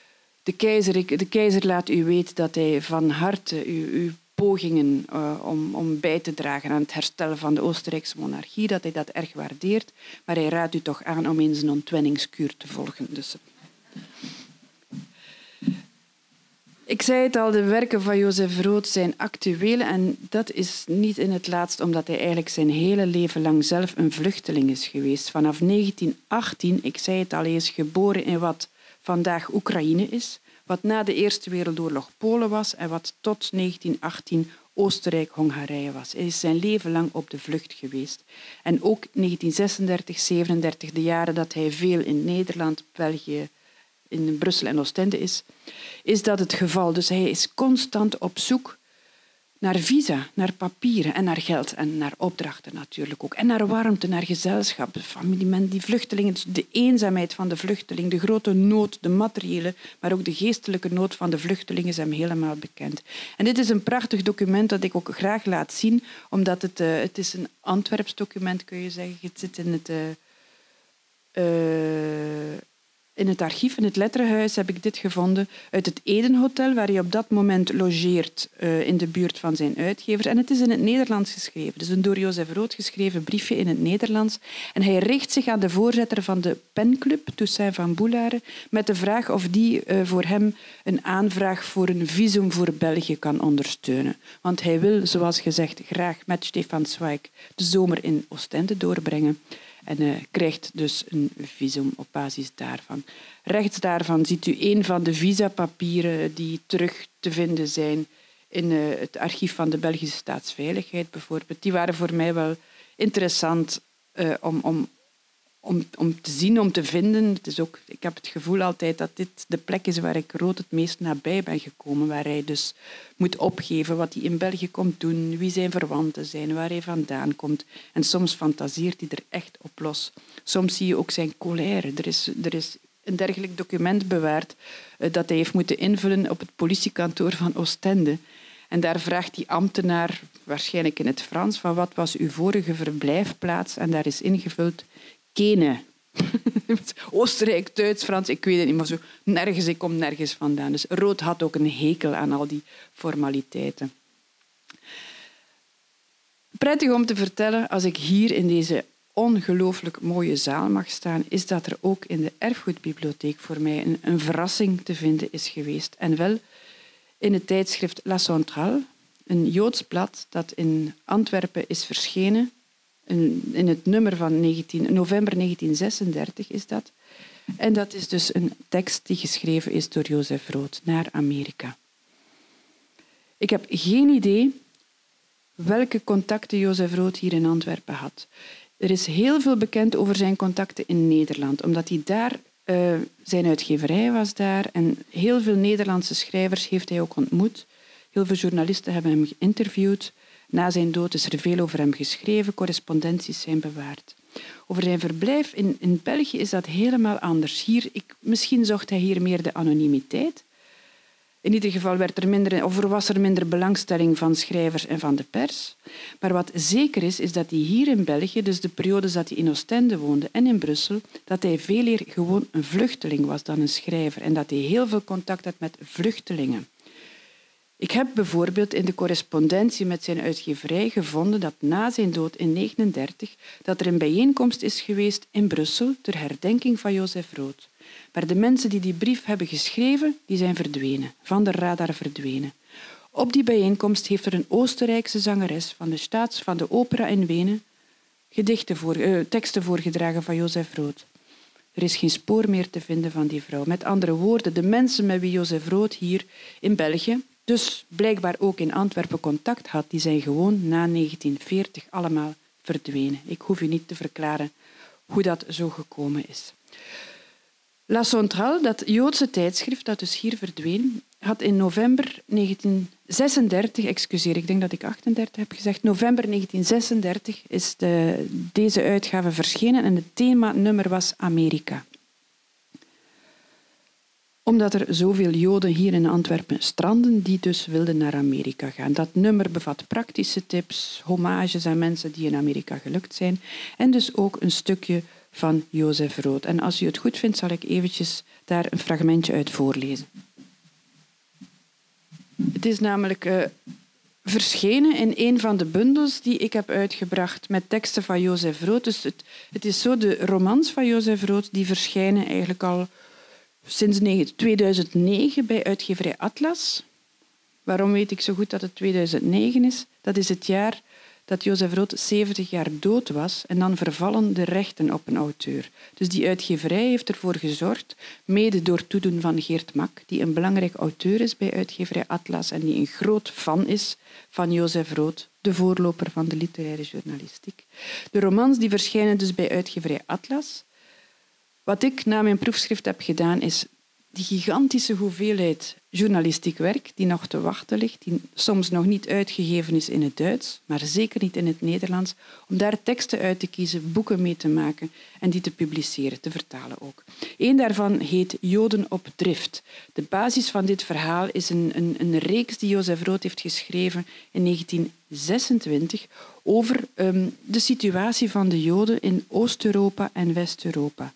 S3: De keizer laat u weten dat hij van harte uw pogingen om bij te dragen aan het herstellen van de Oostenrijkse monarchie, dat hij dat erg waardeert, maar hij raadt u toch aan om eens een ontwenningskuur te volgen. Dus. Ik zei het al, de werken van Jozef Rood zijn actueel en dat is niet in het laatst omdat hij eigenlijk zijn hele leven lang zelf een vluchteling is geweest. Vanaf 1918, ik zei het al, hij is geboren in wat vandaag Oekraïne is, wat na de Eerste Wereldoorlog Polen was en wat tot 1918 Oostenrijk-Hongarije was. Hij is zijn leven lang op de vlucht geweest. En ook 1936, 37, de jaren dat hij veel in Nederland, België, in Brussel en Oostende is dat het geval. Dus hij is constant op zoek naar visa, naar papieren en naar geld en naar opdrachten natuurlijk ook. En naar warmte, naar gezelschap, familie, die vluchtelingen, de eenzaamheid van de vluchteling, de grote nood, de materiële, maar ook de geestelijke nood van de vluchtelingen is hem helemaal bekend. En dit is een prachtig document dat ik ook graag laat zien, omdat het is een Antwerps document, kun je zeggen. Het zit in het archief, in het letterenhuis, heb ik dit gevonden uit het Edenhotel, waar hij op dat moment logeert in de buurt van zijn uitgevers. En het is in het Nederlands geschreven. Dus een door Jozef Rood geschreven briefje in het Nederlands. En hij richt zich aan de voorzitter van de penclub, Toussaint van Boularen, met de vraag of die voor hem een aanvraag voor een visum voor België kan ondersteunen. Want hij wil, zoals gezegd, graag met Stefan Zweig de zomer in Oostende doorbrengen. En krijgt dus een visum op basis daarvan. Rechts daarvan ziet u een van de visapapieren die terug te vinden zijn in het archief van de Belgische Staatsveiligheid bijvoorbeeld. Die waren voor mij wel interessant om te zien, om te vinden. Het is ook, ik heb het gevoel altijd dat dit de plek is waar ik Rood het meest nabij ben gekomen. Waar hij dus moet opgeven wat hij in België komt doen, wie zijn verwanten zijn, waar hij vandaan komt. En soms fantaseert hij er echt op los. Soms zie je ook zijn colère. Er is een dergelijk document bewaard dat hij heeft moeten invullen op het politiekantoor van Oostende. En daar vraagt die ambtenaar, waarschijnlijk in het Frans, van wat was uw vorige verblijfplaats? En daar is ingevuld Kene. Oostenrijk, Duits, Frans, ik weet het niet, maar zo nergens, ik kom nergens vandaan. Dus Rood had ook een hekel aan al die formaliteiten. Prettig om te vertellen, als ik hier in deze ongelooflijk mooie zaal mag staan, is dat er ook in de erfgoedbibliotheek voor mij een verrassing te vinden is geweest. En wel in het tijdschrift La Centrale, een Joods blad dat in Antwerpen is verschenen. In het nummer van november 1936 is dat. En dat is dus een tekst die geschreven is door Jozef Rood naar Amerika. Ik heb geen idee welke contacten Jozef Rood hier in Antwerpen had. Er is heel veel bekend over zijn contacten in Nederland, omdat hij daar, zijn uitgeverij was daar en heel veel Nederlandse schrijvers heeft hij ook ontmoet. Heel veel journalisten hebben hem geïnterviewd. Na zijn dood is er veel over hem geschreven, correspondenties zijn bewaard. Over zijn verblijf in België is dat helemaal anders. Misschien zocht hij hier meer de anonimiteit. In ieder geval was er minder belangstelling van schrijvers en van de pers. Maar wat zeker is dat hij hier in België, dus de periodes dat hij in Oostende woonde en in Brussel, dat hij veel eer gewoon een vluchteling was dan een schrijver en dat hij heel veel contact had met vluchtelingen. Ik heb bijvoorbeeld in de correspondentie met zijn uitgeverij gevonden dat na zijn dood in 1939 dat er een bijeenkomst is geweest in Brussel ter herdenking van Jozef Rood. Maar de mensen die die brief hebben geschreven, die zijn verdwenen, van de radar verdwenen. Op die bijeenkomst heeft er een Oostenrijkse zangeres van de opera in Wenen teksten voorgedragen van Jozef Rood. Er is geen spoor meer te vinden van die vrouw. Met andere woorden, de mensen met wie Jozef Rood hier in België, dus blijkbaar ook in Antwerpen contact had, die zijn gewoon na 1940 allemaal verdwenen. Ik hoef u niet te verklaren hoe dat zo gekomen is. La Centrale, dat Joodse tijdschrift dat dus hier verdween, had in november 1936, ik denk dat ik 38 heb gezegd, november 1936 is deze uitgave verschenen en het themanummer was Amerika. Omdat er zoveel Joden hier in Antwerpen stranden, die dus wilden naar Amerika gaan. Dat nummer bevat praktische tips, hommages aan mensen die in Amerika gelukt zijn en dus ook een stukje van Jozef Rood. En als u het goed vindt, zal ik eventjes daar een fragmentje uit voorlezen. Het is namelijk verschenen in een van de bundels die ik heb uitgebracht met teksten van Jozef Rood. Dus het is zo, de romans van Jozef Rood die verschijnen eigenlijk al sinds 2009 bij uitgeverij Atlas. Waarom weet ik zo goed dat het 2009 is? Dat is het jaar dat Jozef Rood 70 jaar dood was en dan vervallen de rechten op een auteur. Dus die uitgeverij heeft ervoor gezorgd, mede door toedoen van Geert Mak, die een belangrijk auteur is bij uitgeverij Atlas en die een groot fan is van Jozef Rood, de voorloper van de literaire journalistiek. De romans die verschijnen dus bij uitgeverij Atlas. Wat ik na mijn proefschrift heb gedaan, is die gigantische hoeveelheid journalistiek werk die nog te wachten ligt, die soms nog niet uitgegeven is in het Duits, maar zeker niet in het Nederlands, om daar teksten uit te kiezen, boeken mee te maken en die te publiceren, te vertalen ook. Eén daarvan heet Joden op drift. De basis van dit verhaal is een reeks die Jozef Rood heeft geschreven in 1926 over de situatie van de Joden in Oost-Europa en West-Europa.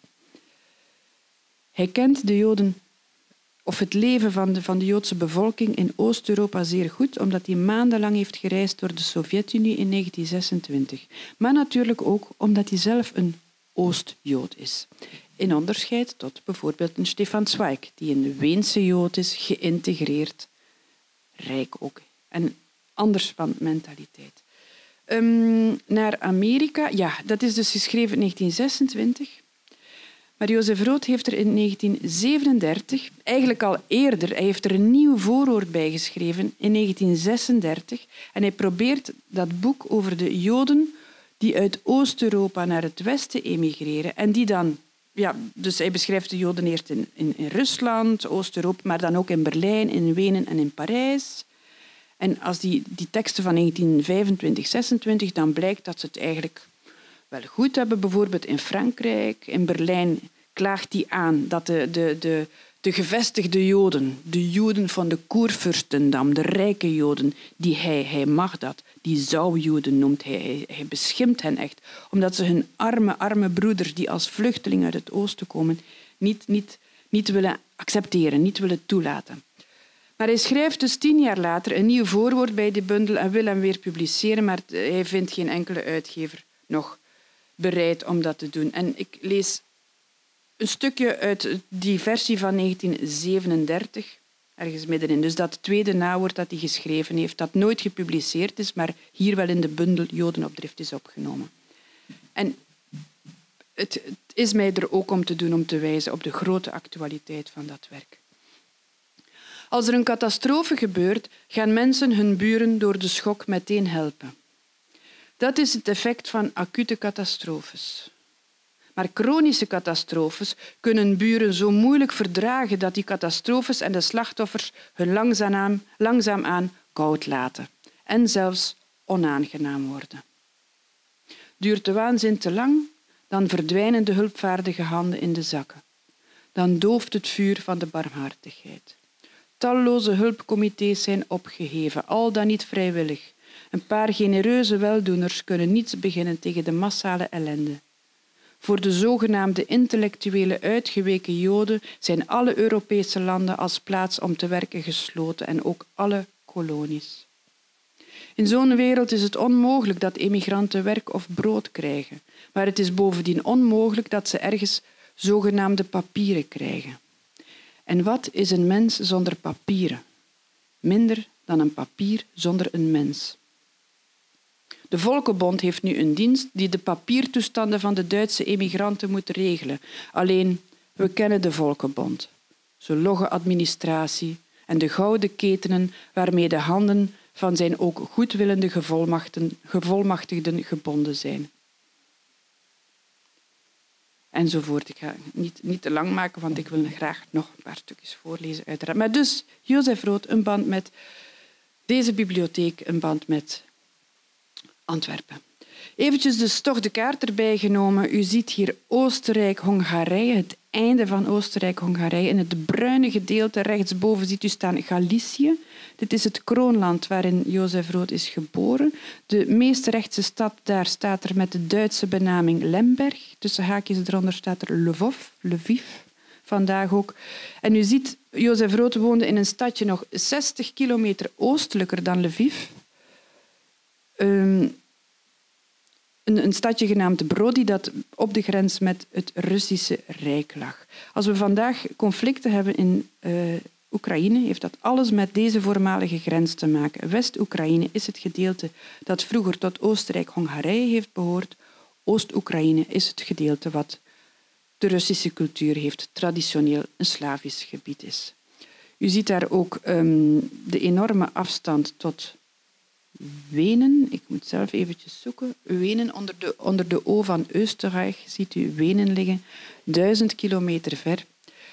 S3: Hij kent de Joden of het leven van de Joodse bevolking in Oost-Europa zeer goed, omdat hij maandenlang heeft gereisd door de Sovjet-Unie in 1926. Maar natuurlijk ook omdat hij zelf een Oost-Jood is. In onderscheid tot bijvoorbeeld een Stefan Zweig, die een Weense Jood is, geïntegreerd, rijk ook en anders van mentaliteit. Naar Amerika, ja, dat is dus geschreven in 1926. Maar Jozef Rood heeft er in 1937, eigenlijk al eerder, hij heeft er een nieuw voorwoord bij geschreven in 1936. En hij probeert dat boek over de Joden die uit Oost-Europa naar het Westen emigreren en die dan, ja, dus hij beschrijft de Joden eerst in Rusland, Oost-Europa, maar dan ook in Berlijn, in Wenen en in Parijs. En als die teksten van 1925, 26, dan blijkt dat ze het eigenlijk wel goed hebben. Bijvoorbeeld in Frankrijk, in Berlijn klaagt hij aan dat de gevestigde Joden, de Joden van de Koerfürstendam, de rijke Joden, hij mag dat, Die zouwjoden noemt hij. Hij beschimpt hen echt, omdat ze hun arme broeders die als vluchteling uit het oosten komen niet willen accepteren, niet willen toelaten. Maar hij schrijft dus 10 jaar later een nieuw voorwoord bij die bundel en wil hem weer publiceren, maar hij vindt geen enkele uitgever nog bereid om dat te doen. En ik lees een stukje uit die versie van 1937, ergens middenin. Dus dat tweede nawoord dat hij geschreven heeft, dat nooit gepubliceerd is, maar hier wel in de bundel Jodenopdrift is opgenomen. En het is mij er ook om te doen om te wijzen op de grote actualiteit van dat werk. Als er een catastrofe gebeurt, gaan mensen hun buren door de schok meteen helpen. Dat is het effect van acute catastrofes. Maar chronische catastrofes kunnen buren zo moeilijk verdragen dat die catastrofes en de slachtoffers hun langzaamaan koud laten en zelfs onaangenaam worden. Duurt de waanzin te lang, dan verdwijnen de hulpvaardige handen in de zakken. Dan dooft het vuur van de barmhartigheid. Talloze hulpcomité's zijn opgeheven, al dan niet vrijwillig. Een paar genereuze weldoeners kunnen niets beginnen tegen de massale ellende. Voor de zogenaamde intellectuele uitgeweken Joden zijn alle Europese landen als plaats om te werken gesloten en ook alle kolonies. In zo'n wereld is het onmogelijk dat emigranten werk of brood krijgen, maar het is bovendien onmogelijk dat ze ergens zogenaamde papieren krijgen. En wat is een mens zonder papieren? Minder dan een papier zonder een mens. De Volkenbond heeft nu een dienst die de papiertoestanden van de Duitse emigranten moet regelen. Alleen, we kennen de Volkenbond. Zijn logge administratie en de gouden ketenen waarmee de handen van zijn ook goedwillende gevolmachtigden gebonden zijn. Enzovoort. Ik ga niet te lang maken, want ik wil graag nog een paar stukjes voorlezen, uiteraard. Maar dus, Jozef Rood, een band met deze bibliotheek, een band met Antwerpen. Eventjes dus toch de kaart erbij genomen. U ziet hier Oostenrijk-Hongarije, het einde van Oostenrijk-Hongarije. In het bruine gedeelte rechtsboven ziet u staan Galicië. Dit is het kroonland waarin Jozef Rood is geboren. De meest rechtse stad daar staat er met de Duitse benaming Lemberg. Tussen haakjes eronder staat er Lviv, vandaag ook. En u ziet, Jozef Rood woonde in een stadje nog 60 kilometer oostelijker dan Lviv. Een stadje genaamd Brody dat op de grens met het Russische Rijk lag. Als we vandaag conflicten hebben in Oekraïne, heeft dat alles met deze voormalige grens te maken. West-Oekraïne is het gedeelte dat vroeger tot Oostenrijk-Hongarije heeft behoord. Oost-Oekraïne is het gedeelte wat de Russische cultuur heeft, traditioneel een Slavisch gebied is. U ziet daar ook de enorme afstand tot Wenen. Ik moet zelf eventjes zoeken. Wenen, onder de O van Oostenrijk ziet u Wenen liggen, 1000 kilometer ver.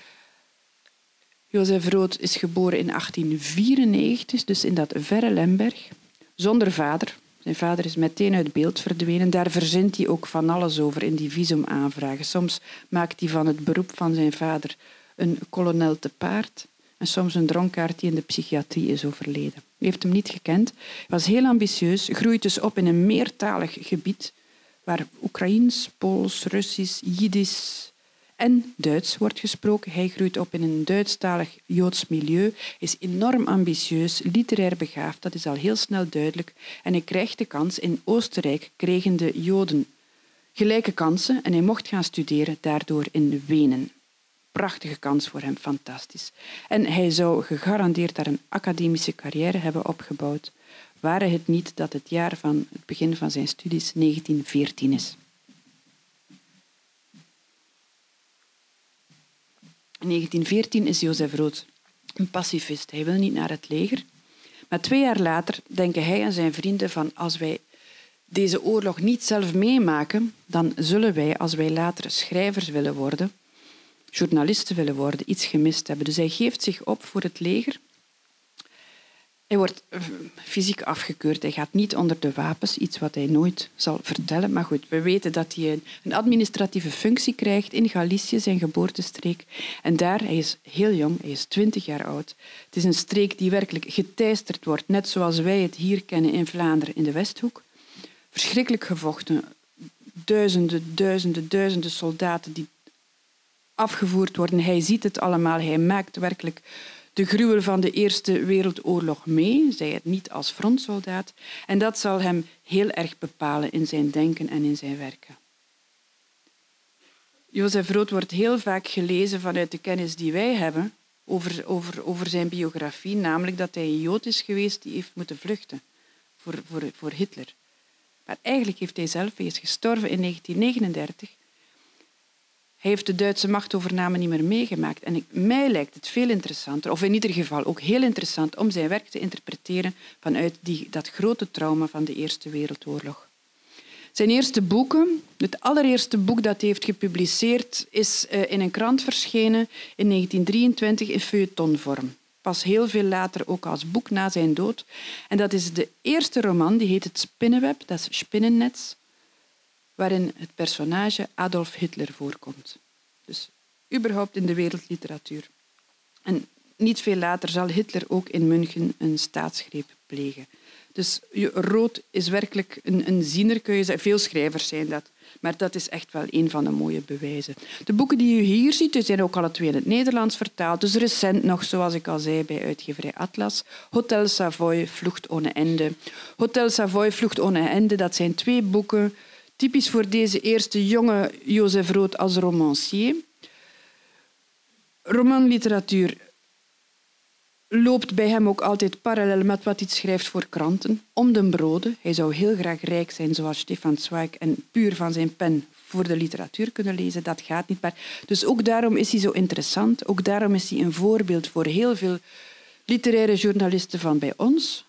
S3: Jozef Rood is geboren in 1894, dus in dat verre Lemberg, zonder vader. Zijn vader is meteen uit beeld verdwenen. Daar verzint hij ook van alles over in die visumaanvragen. Soms maakt hij van het beroep van zijn vader een kolonel te paard en soms een dronkaard die in de psychiatrie is overleden. U heeft hem niet gekend. Hij was heel ambitieus, groeit dus op in een meertalig gebied waar Oekraïens, Pools, Russisch, Jiddisch en Duits wordt gesproken. Hij groeit op in een Duitsstalig Joods milieu, is enorm ambitieus, literair begaafd, dat is al heel snel duidelijk. En hij krijgt de kans. In Oostenrijk kregen de Joden gelijke kansen en hij mocht gaan studeren, daardoor in Wenen. Prachtige kans voor hem, fantastisch. En hij zou gegarandeerd daar een academische carrière hebben opgebouwd, ware het niet dat het jaar van het begin van zijn studies 1914 is. In 1914 is Jozef Rood een pacifist. Hij wil niet naar het leger. Maar 2 jaar later denken hij en zijn vrienden van als wij deze oorlog niet zelf meemaken, dan zullen wij, als wij later schrijvers willen worden, journalisten willen worden, iets gemist hebben. Dus hij geeft zich op voor het leger. Hij wordt fysiek afgekeurd. Hij gaat niet onder de wapens, iets wat hij nooit zal vertellen. Maar goed, we weten dat hij een administratieve functie krijgt in Galicië, zijn geboortestreek. En daar, hij is heel jong, hij is 20 jaar oud. Het is een streek die werkelijk geteisterd wordt, net zoals wij het hier kennen in Vlaanderen in de Westhoek. Verschrikkelijk gevochten. Duizenden soldaten die afgevoerd worden. Hij ziet het allemaal. Hij maakt werkelijk de gruwel van de Eerste Wereldoorlog mee, zij het niet als frontsoldaat. En dat zal hem heel erg bepalen in zijn denken en in zijn werken. Jozef Rood wordt heel vaak gelezen vanuit de kennis die wij hebben over zijn biografie, namelijk dat hij een Jood is geweest die heeft moeten vluchten voor Hitler. Maar eigenlijk heeft hij zelf, hij is gestorven in 1939, hij heeft de Duitse machtovername niet meer meegemaakt. En mij lijkt het veel interessanter, of in ieder geval ook heel interessant, om zijn werk te interpreteren vanuit dat grote trauma van de Eerste Wereldoorlog. Zijn eerste boeken, het allereerste boek dat hij heeft gepubliceerd, is in een krant verschenen in 1923 in feuilletonvorm. Pas heel veel later ook als boek na zijn dood. En dat is de eerste roman, die heet Het Spinnenweb, dat is Spinnennetz, waarin het personage Adolf Hitler voorkomt. Dus überhaupt in de wereldliteratuur. En niet veel later zal Hitler ook in München een staatsgreep plegen. Dus Rood is werkelijk een ziener, kun je zeggen. Veel schrijvers zijn dat. Maar dat is echt wel een van de mooie bewijzen. De boeken die u hier ziet, die zijn ook alle twee in het Nederlands vertaald. Dus recent nog, zoals ik al zei, bij uitgeverij Atlas. Hotel Savoy, Vlucht ohne Ende. Hotel Savoy, Vlucht ohne Ende, dat zijn twee boeken typisch voor deze eerste jonge Jozef Rood als romancier. Romanliteratuur loopt bij hem ook altijd parallel met wat hij schrijft voor kranten. Om den broden. Hij zou heel graag rijk zijn zoals Stefan Zweig en puur van zijn pen voor de literatuur kunnen lezen. Dat gaat niet. Maar dus ook daarom is hij zo interessant. Ook daarom is hij een voorbeeld voor heel veel literaire journalisten van bij ons.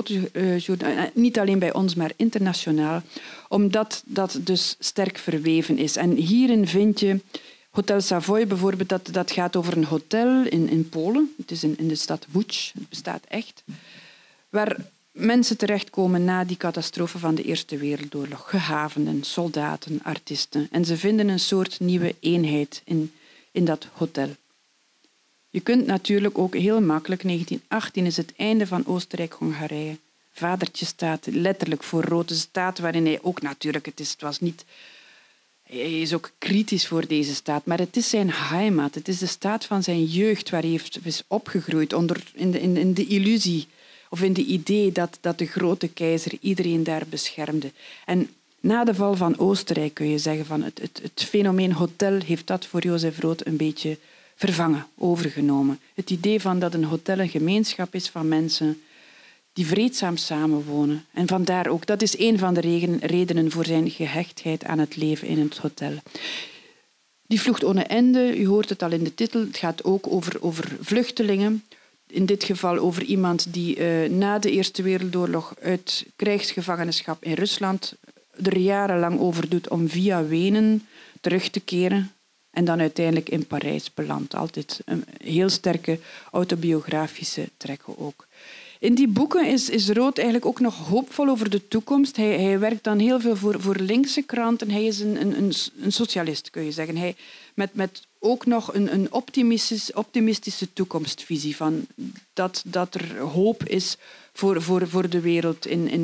S3: Niet alleen bij ons, maar internationaal. Omdat dat dus sterk verweven is. En hierin vind je Hotel Savoy bijvoorbeeld, dat gaat over een hotel in Polen. Het is in de stad Łódź, het bestaat echt. Waar mensen terechtkomen na die catastrofe van de Eerste Wereldoorlog. Gehavenden, soldaten, artiesten. En ze vinden een soort nieuwe eenheid in dat hotel. Je kunt natuurlijk ook heel makkelijk, 1918 is het einde van Oostenrijk-Hongarije. Vadertje staat letterlijk voor Rode staat, waarin hij ook natuurlijk, het was niet... Hij is ook kritisch voor deze staat, maar het is zijn heimat. Het is de staat van zijn jeugd waar hij is opgegroeid in de illusie of in de idee dat de grote keizer iedereen daar beschermde. En na de val van Oostenrijk kun je zeggen van het fenomeen hotel heeft dat voor Jozef Rood een beetje vervangen, overgenomen. Het idee van dat een hotel een gemeenschap is van mensen die vreedzaam samenwonen. En vandaar ook, dat is een van de redenen voor zijn gehechtheid aan het leven in het hotel. Die Vlucht ohne Ende, u hoort het al in de titel, het gaat ook over vluchtelingen. In dit geval over iemand die na de Eerste Wereldoorlog uit krijgsgevangenschap in Rusland er jarenlang over doet om via Wenen terug te keren en dan uiteindelijk in Parijs belandt. Altijd een heel sterke autobiografische trekken ook. In die boeken is Rood eigenlijk ook nog hoopvol over de toekomst. Hij werkt dan heel veel voor linkse kranten. Hij is een socialist, kun je zeggen. Hij met ook nog een optimistische toekomstvisie van dat er hoop is voor de wereld,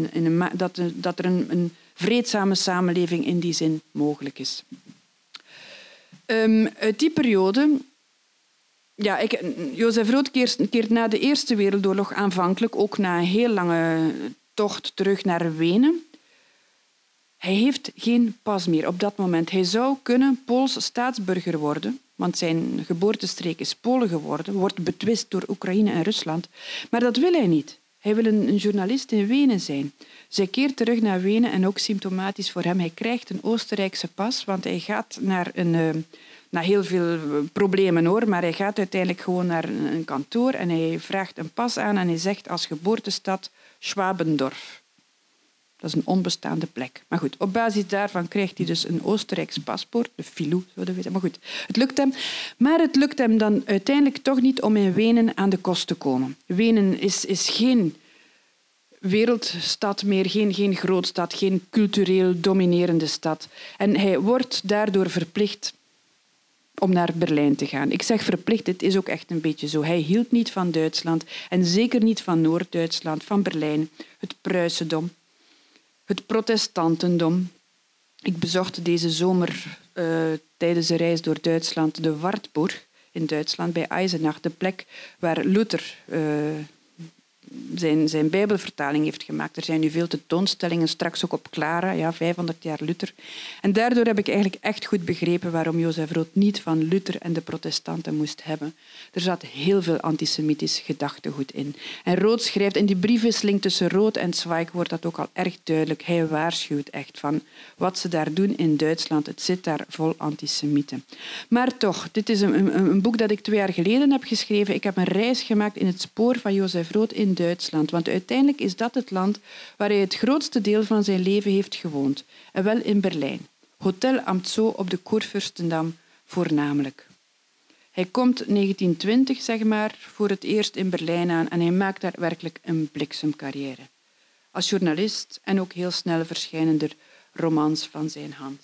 S3: dat er een vreedzame samenleving in die zin mogelijk is. Uit die periode... Ja, Jozef Rood keert na de Eerste Wereldoorlog aanvankelijk ook na een heel lange tocht terug naar Wenen. Hij heeft geen pas meer op dat moment. Hij zou kunnen Pools staatsburger worden, want zijn geboortestreek is Polen geworden, wordt betwist door Oekraïne en Rusland. Maar dat wil hij niet. Hij wil een journalist in Wenen zijn. Zij keert terug naar Wenen en ook symptomatisch voor hem. Hij krijgt een Oostenrijkse pas, want hij gaat naar na heel veel problemen hoor, maar hij gaat uiteindelijk gewoon naar een kantoor en hij vraagt een pas aan en hij zegt als geboortestad Schwabendorf. Dat is een onbestaande plek. Maar goed, op basis daarvan krijgt hij dus een Oostenrijks paspoort, de filou, zouden we zeggen. Maar goed, het lukt hem. Maar het lukt hem dan uiteindelijk toch niet om in Wenen aan de kost te komen. Wenen is geen wereldstad meer, geen grootstad, geen cultureel dominerende stad. En hij wordt daardoor verplicht om naar Berlijn te gaan. Ik zeg verplicht, het is ook echt een beetje zo. Hij hield niet van Duitsland en zeker niet van Noord-Duitsland, van Berlijn, het Pruisendom, het protestantendom. Ik bezocht deze zomer tijdens een reis door Duitsland de Wartburg in Duitsland bij Eisenach, de plek waar Luther zijn Bijbelvertaling heeft gemaakt. Er zijn nu veel tentoonstellingen, straks ook op Clara, 500 jaar Luther. En daardoor heb ik eigenlijk echt goed begrepen waarom Jozef Roth niet van Luther en de protestanten moest hebben. Er zat heel veel antisemitisch gedachtegoed in. En Roth schrijft, in die briefwisseling tussen Roth en Zweig wordt dat ook al erg duidelijk. Hij waarschuwt echt van wat ze daar doen in Duitsland. Het zit daar vol antisemieten. Maar toch, dit is een boek dat ik 2 jaar geleden heb geschreven. Ik heb een reis gemaakt in het spoor van Jozef Roth in Duitsland. Want uiteindelijk is dat het land waar hij het grootste deel van zijn leven heeft gewoond. En wel in Berlijn. Hotel Amt Zoo op de Kurfürstendamm voornamelijk. Hij komt 1920, zeg maar, voor het eerst in Berlijn aan en hij maakt daar werkelijk een bliksemcarrière. Als journalist en ook heel snel verschijnende romans van zijn hand.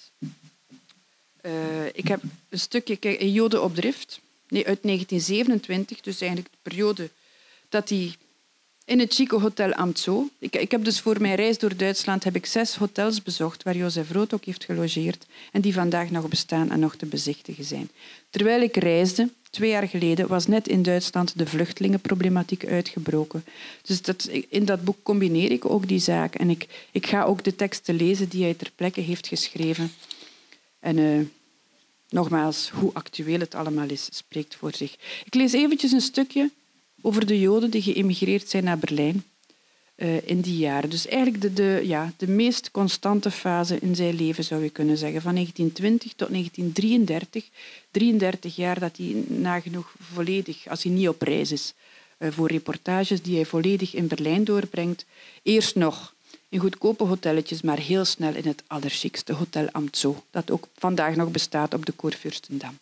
S3: Ik heb een stukje, kijk, een Joden op drift, uit 1927, dus eigenlijk de periode dat hij in het chique Hotel Amt Zoo. Ik heb dus voor mijn reis door Duitsland heb ik 6 hotels bezocht waar Jozef Roth ook heeft gelogeerd en die vandaag nog bestaan en nog te bezichtigen zijn. Terwijl ik reisde, 2 jaar geleden, was net in Duitsland de vluchtelingenproblematiek uitgebroken. Dus in dat boek combineer ik ook die zaak en ik ga ook de teksten lezen die hij ter plekke heeft geschreven. En nogmaals, hoe actueel het allemaal is, spreekt voor zich. Ik lees eventjes een stukje over de Joden die geëmigreerd zijn naar Berlijn in die jaren. Dus eigenlijk de meest constante fase in zijn leven, zou je kunnen zeggen. Van 1920 tot 1933. 33 jaar dat hij nagenoeg volledig, als hij niet op reis is, voor reportages die hij volledig in Berlijn doorbrengt. Eerst nog in goedkope hotelletjes, maar heel snel in het allerchicste Hotel Amt Zoo, dat ook vandaag nog bestaat op de Kurfürstendamm.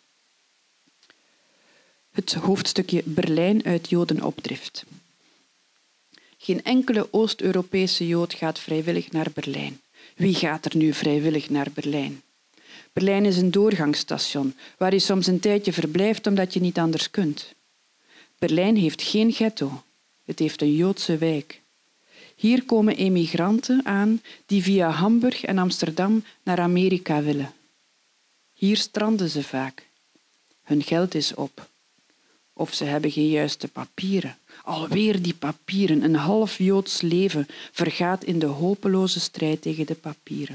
S3: Het hoofdstukje Berlijn uit Jodenopdrift. Geen enkele Oost-Europese Jood gaat vrijwillig naar Berlijn. Wie gaat er nu vrijwillig naar Berlijn? Berlijn is een doorgangsstation waar je soms een tijdje verblijft omdat je niet anders kunt. Berlijn heeft geen ghetto. Het heeft een Joodse wijk. Hier komen emigranten aan die via Hamburg en Amsterdam naar Amerika willen. Hier stranden ze vaak. Hun geld is op. Of ze hebben geen juiste papieren. Alweer die papieren. Een half Joods leven vergaat in de hopeloze strijd tegen de papieren.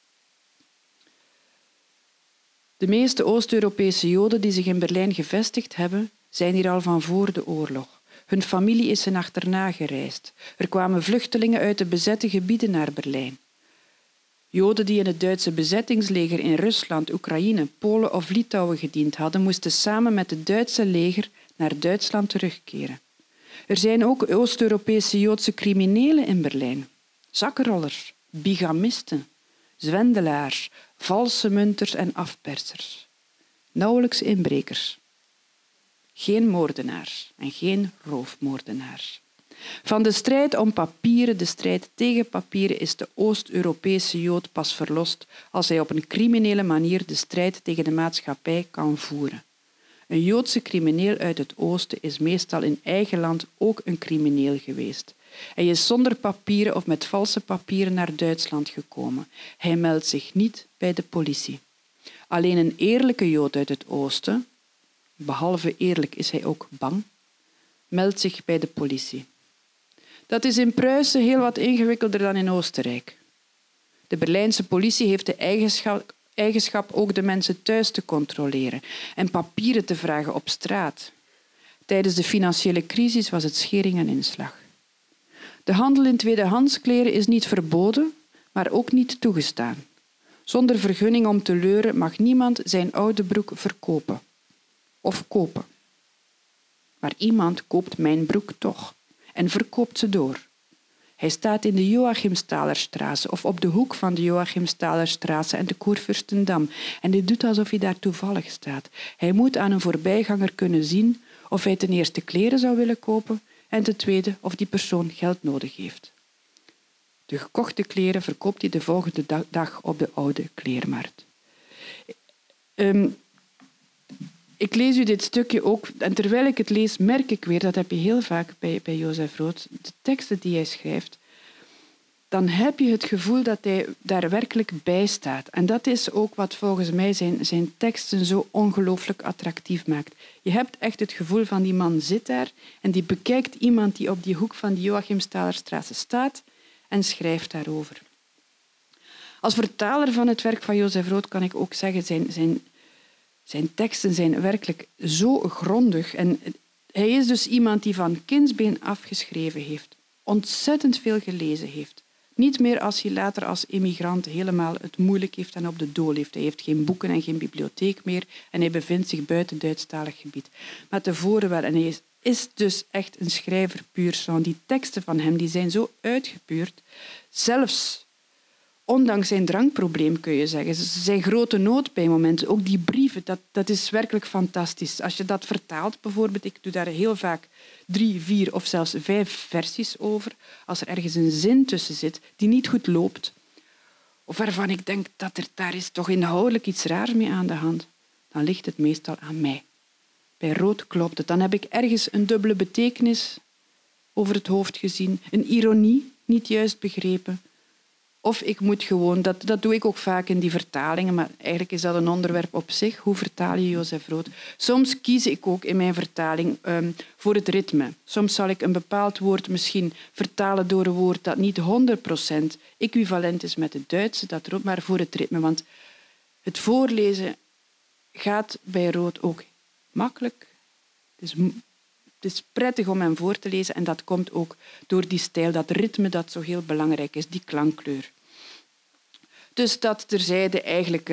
S3: De meeste Oost-Europese Joden die zich in Berlijn gevestigd hebben, zijn hier al van voor de oorlog. Hun familie is hen achterna gereisd. Er kwamen vluchtelingen uit de bezette gebieden naar Berlijn. Joden die in het Duitse bezettingsleger in Rusland, Oekraïne, Polen of Litouwen gediend hadden, moesten samen met het Duitse leger naar Duitsland terugkeren. Er zijn ook Oost-Europese Joodse criminelen in Berlijn. Zakkenrollers, bigamisten, zwendelaars, valse munters en afpersers. Nauwelijks inbrekers. Geen moordenaars en geen roofmoordenaars. Van de strijd om papieren, de strijd tegen papieren, is de Oost-Europese Jood pas verlost als hij op een criminele manier de strijd tegen de maatschappij kan voeren. Een Joodse crimineel uit het oosten is meestal in eigen land ook een crimineel geweest. Hij is zonder papieren of met valse papieren naar Duitsland gekomen. Hij meldt zich niet bij de politie. Alleen een eerlijke Jood uit het oosten, behalve eerlijk is hij ook bang, meldt zich bij de politie. Dat is in Pruisen heel wat ingewikkelder dan in Oostenrijk. De Berlijnse politie heeft de eigenschap ook de mensen thuis te controleren en papieren te vragen op straat. Tijdens de financiële crisis was het schering en inslag. De handel in tweedehands kleren is niet verboden, maar ook niet toegestaan. Zonder vergunning om te leuren mag niemand zijn oude broek verkopen of kopen. Maar iemand koopt mijn broek toch en verkoopt ze door. Hij staat in de Joachimsthalerstraße of op de hoek van de Joachimsthalerstraße en de Kurfürstendamm en hij doet alsof hij daar toevallig staat. Hij moet aan een voorbijganger kunnen zien of hij ten eerste kleren zou willen kopen en ten tweede of die persoon geld nodig heeft. De gekochte kleren verkoopt hij de volgende dag op de oude kleermarkt. Ik lees u dit stukje ook, en terwijl ik het lees, merk ik weer, dat heb je heel vaak bij Jozef Rood, de teksten die hij schrijft, dan heb je het gevoel dat hij daar werkelijk bij staat. En dat is ook wat volgens mij zijn teksten zo ongelooflijk attractief maakt. Je hebt echt het gevoel van die man zit daar en die bekijkt iemand die op die hoek van de Joachimsthalerstraße staat en schrijft daarover. Als vertaler van het werk van Jozef Rood kan ik ook zeggen, zijn teksten zijn werkelijk zo grondig. En hij is dus iemand die van kindsbeen afgeschreven heeft, ontzettend veel gelezen heeft. Niet meer als hij later als immigrant helemaal het moeilijk heeft en op de dool heeft. Hij heeft geen boeken en geen bibliotheek meer en hij bevindt zich buiten Duitsstalig gebied. Maar tevoren wel. En hij is dus echt een schrijver puur sang. Die teksten van hem die zijn zo uitgepuurd, zelfs ondanks zijn drankprobleem kun je zeggen. Zijn grote nood bij momenten, ook die brieven, dat is werkelijk fantastisch. Als je dat vertaalt bijvoorbeeld, ik doe daar heel vaak 3, 4 of zelfs 5 versies over. Als er ergens een zin tussen zit die niet goed loopt, of waarvan ik denk dat daar is toch inhoudelijk iets raars mee aan de hand, dan ligt het meestal aan mij. Bij Rood klopt het. Dan heb ik ergens een dubbele betekenis over het hoofd gezien, een ironie niet juist begrepen. Of ik moet gewoon, dat doe ik ook vaak in die vertalingen, maar eigenlijk is dat een onderwerp op zich. Hoe vertaal je Jozef Rood? Soms kies ik ook in mijn vertaling voor het ritme. Soms zal ik een bepaald woord misschien vertalen door een woord dat niet 100% equivalent is met het Duitse, maar voor het ritme. Want het voorlezen gaat bij Rood ook makkelijk. Het is prettig om hem voor te lezen en dat komt ook door die stijl, dat ritme dat zo heel belangrijk is, die klankkleur. Dus dat terzijde eigenlijk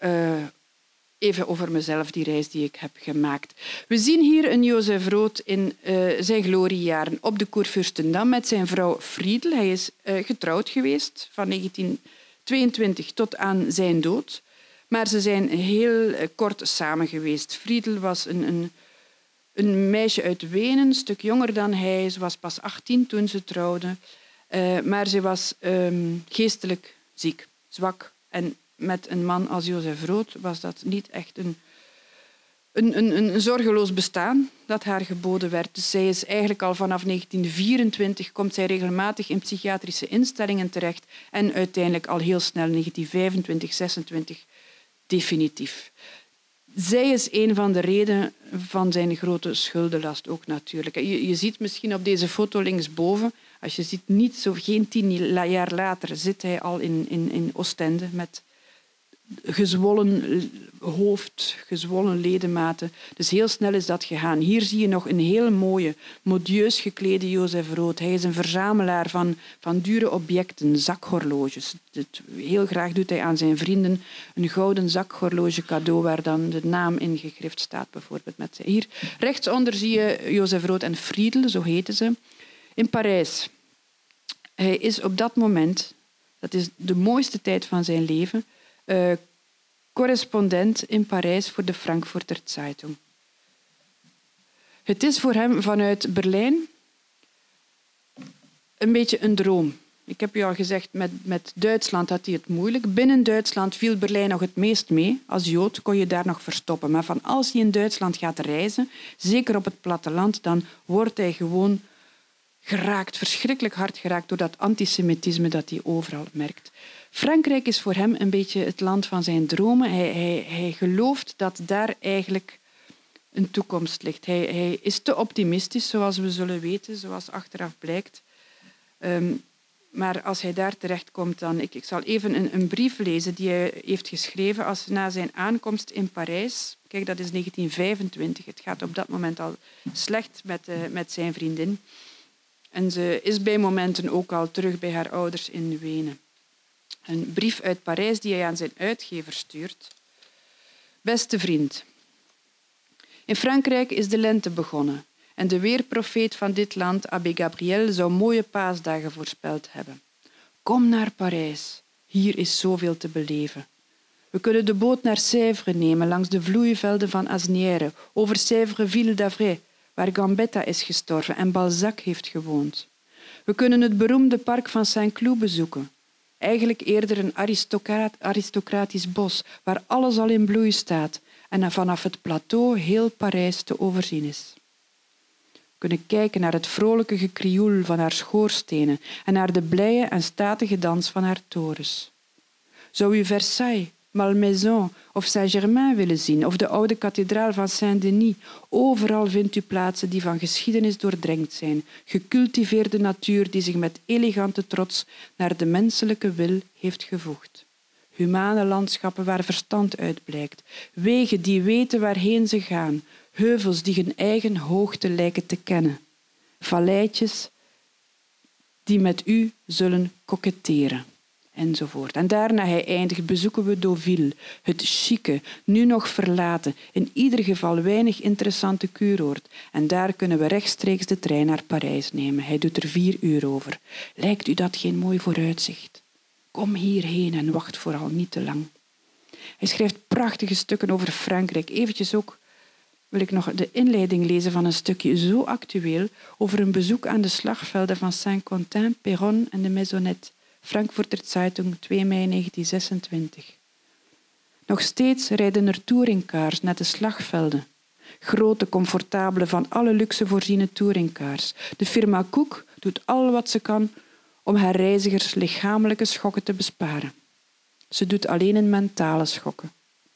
S3: even over mezelf, die reis die ik heb gemaakt. We zien hier een Jozef Rood in zijn gloriejaren op de Kurfürstendamm met zijn vrouw Friedel. Hij is getrouwd geweest van 1922 tot aan zijn dood. Maar ze zijn heel kort samen geweest. Friedel was een meisje uit Wenen, een stuk jonger dan hij. Ze was pas 18 toen ze trouwden. Maar ze was geestelijk ziek, zwak. En met een man als Jozef Rood was dat niet echt een zorgeloos bestaan dat haar geboden werd. Dus zij is eigenlijk al vanaf 1924 komt zij regelmatig in psychiatrische instellingen terecht en uiteindelijk al heel snel 1925, 26 definitief. Zij is een van de redenen van zijn grote schuldenlast ook natuurlijk. Je ziet misschien op deze foto linksboven, als je ziet, geen 10 jaar later zit hij al in Oostende met gezwollen hoofd, gezwollen ledematen. Dus heel snel is dat gegaan. Hier zie je nog een heel mooie, modieus geklede Jozef Rood. Hij is een verzamelaar van dure objecten, zakhorloges. Heel graag doet hij aan zijn vrienden een gouden zakhorloge cadeau waar dan de naam in gegrift staat, bijvoorbeeld. Hier rechtsonder zie je Jozef Rood en Friedel, zo heten ze, in Parijs. Hij is op dat moment, dat is de mooiste tijd van zijn leven, correspondent in Parijs voor de Frankfurter Zeitung. Het is voor hem vanuit Berlijn een beetje een droom. Ik heb u al gezegd, met Duitsland had hij het moeilijk. Binnen Duitsland viel Berlijn nog het meest mee. Als Jood kon je daar nog verstoppen. Maar van als hij in Duitsland gaat reizen, zeker op het platteland, dan wordt hij gewoon geraakt, verschrikkelijk hard geraakt door dat antisemitisme dat hij overal merkt. Frankrijk is voor hem een beetje het land van zijn dromen. Hij gelooft dat daar eigenlijk een toekomst ligt. Hij is te optimistisch, zoals we zullen weten, zoals achteraf blijkt. Maar als hij daar terechtkomt, dan... Ik zal even een brief lezen die hij heeft geschreven na zijn aankomst in Parijs. Kijk, dat is 1925. Het gaat op dat moment al slecht met zijn vriendin. En ze is bij momenten ook al terug bij haar ouders in Wenen. Een brief uit Parijs die hij aan zijn uitgever stuurt. Beste vriend, in Frankrijk is de lente begonnen en de weerprofeet van dit land, Abbé Gabriel, zou mooie paasdagen voorspeld hebben. Kom naar Parijs, hier is zoveel te beleven. We kunnen de boot naar Sèvres nemen langs de vloeivelden van Asnières, over Sèvres-Ville d'Avray, waar Gambetta is gestorven en Balzac heeft gewoond. We kunnen het beroemde park van Saint-Cloud bezoeken. Eigenlijk eerder een aristocratisch bos waar alles al in bloei staat en vanaf het plateau heel Parijs te overzien is. We kunnen kijken naar het vrolijke gekrioel van haar schoorstenen en naar de blije en statige dans van haar torens. Zou u Versailles, Malmaison of Saint-Germain willen zien, of de oude kathedraal van Saint-Denis, overal vindt u plaatsen die van geschiedenis doordrenkt zijn, gecultiveerde natuur die zich met elegante trots naar de menselijke wil heeft gevoegd. Humane landschappen waar verstand uit blijkt, wegen die weten waarheen ze gaan, heuvels die hun eigen hoogte lijken te kennen, valleitjes die met u zullen koketteren. Enzovoort. En daarna hij eindigt, bezoeken we Deauville, het chique, nu nog verlaten, in ieder geval weinig interessante kuuroord. En daar kunnen we rechtstreeks de trein naar Parijs nemen. Hij doet er 4 uur over. Lijkt u dat geen mooi vooruitzicht? Kom hierheen en wacht vooral niet te lang. Hij schrijft prachtige stukken over Frankrijk. Eventjes ook wil ik nog de inleiding lezen van een stukje zo actueel over een bezoek aan de slagvelden van Saint-Quentin, Péronne en de Maisonnette. Frankfurter Zeitung, 2 mei 1926. Nog steeds rijden er touringcars naar de slagvelden. Grote, comfortabele, van alle luxe voorziene touringcars. De firma Cook doet al wat ze kan om haar reizigers lichamelijke schokken te besparen. Ze doet alleen in mentale schokken.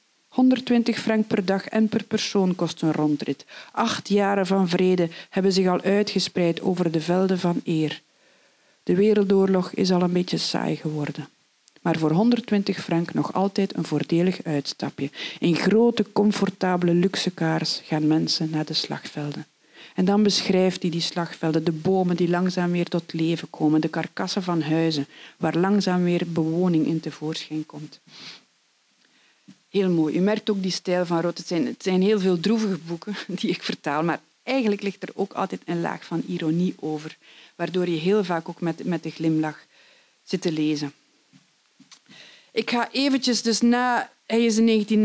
S3: 120 frank per dag en per persoon kost een rondrit. 8 jaren van vrede hebben zich al uitgespreid over de velden van eer. De wereldoorlog is al een beetje saai geworden. Maar voor 120 frank nog altijd een voordelig uitstapje. In grote, comfortabele luxekaars gaan mensen naar de slagvelden. En dan beschrijft hij die slagvelden, de bomen die langzaam weer tot leven komen, de karkassen van huizen, waar langzaam weer bewoning in tevoorschijn komt. Heel mooi. U merkt ook die stijl van Roth. Het zijn heel veel droevige boeken die ik vertaal, maar eigenlijk ligt er ook altijd een laag van ironie over, waardoor je heel vaak ook met de glimlach zit te lezen. Ik ga eventjes, dus hij is in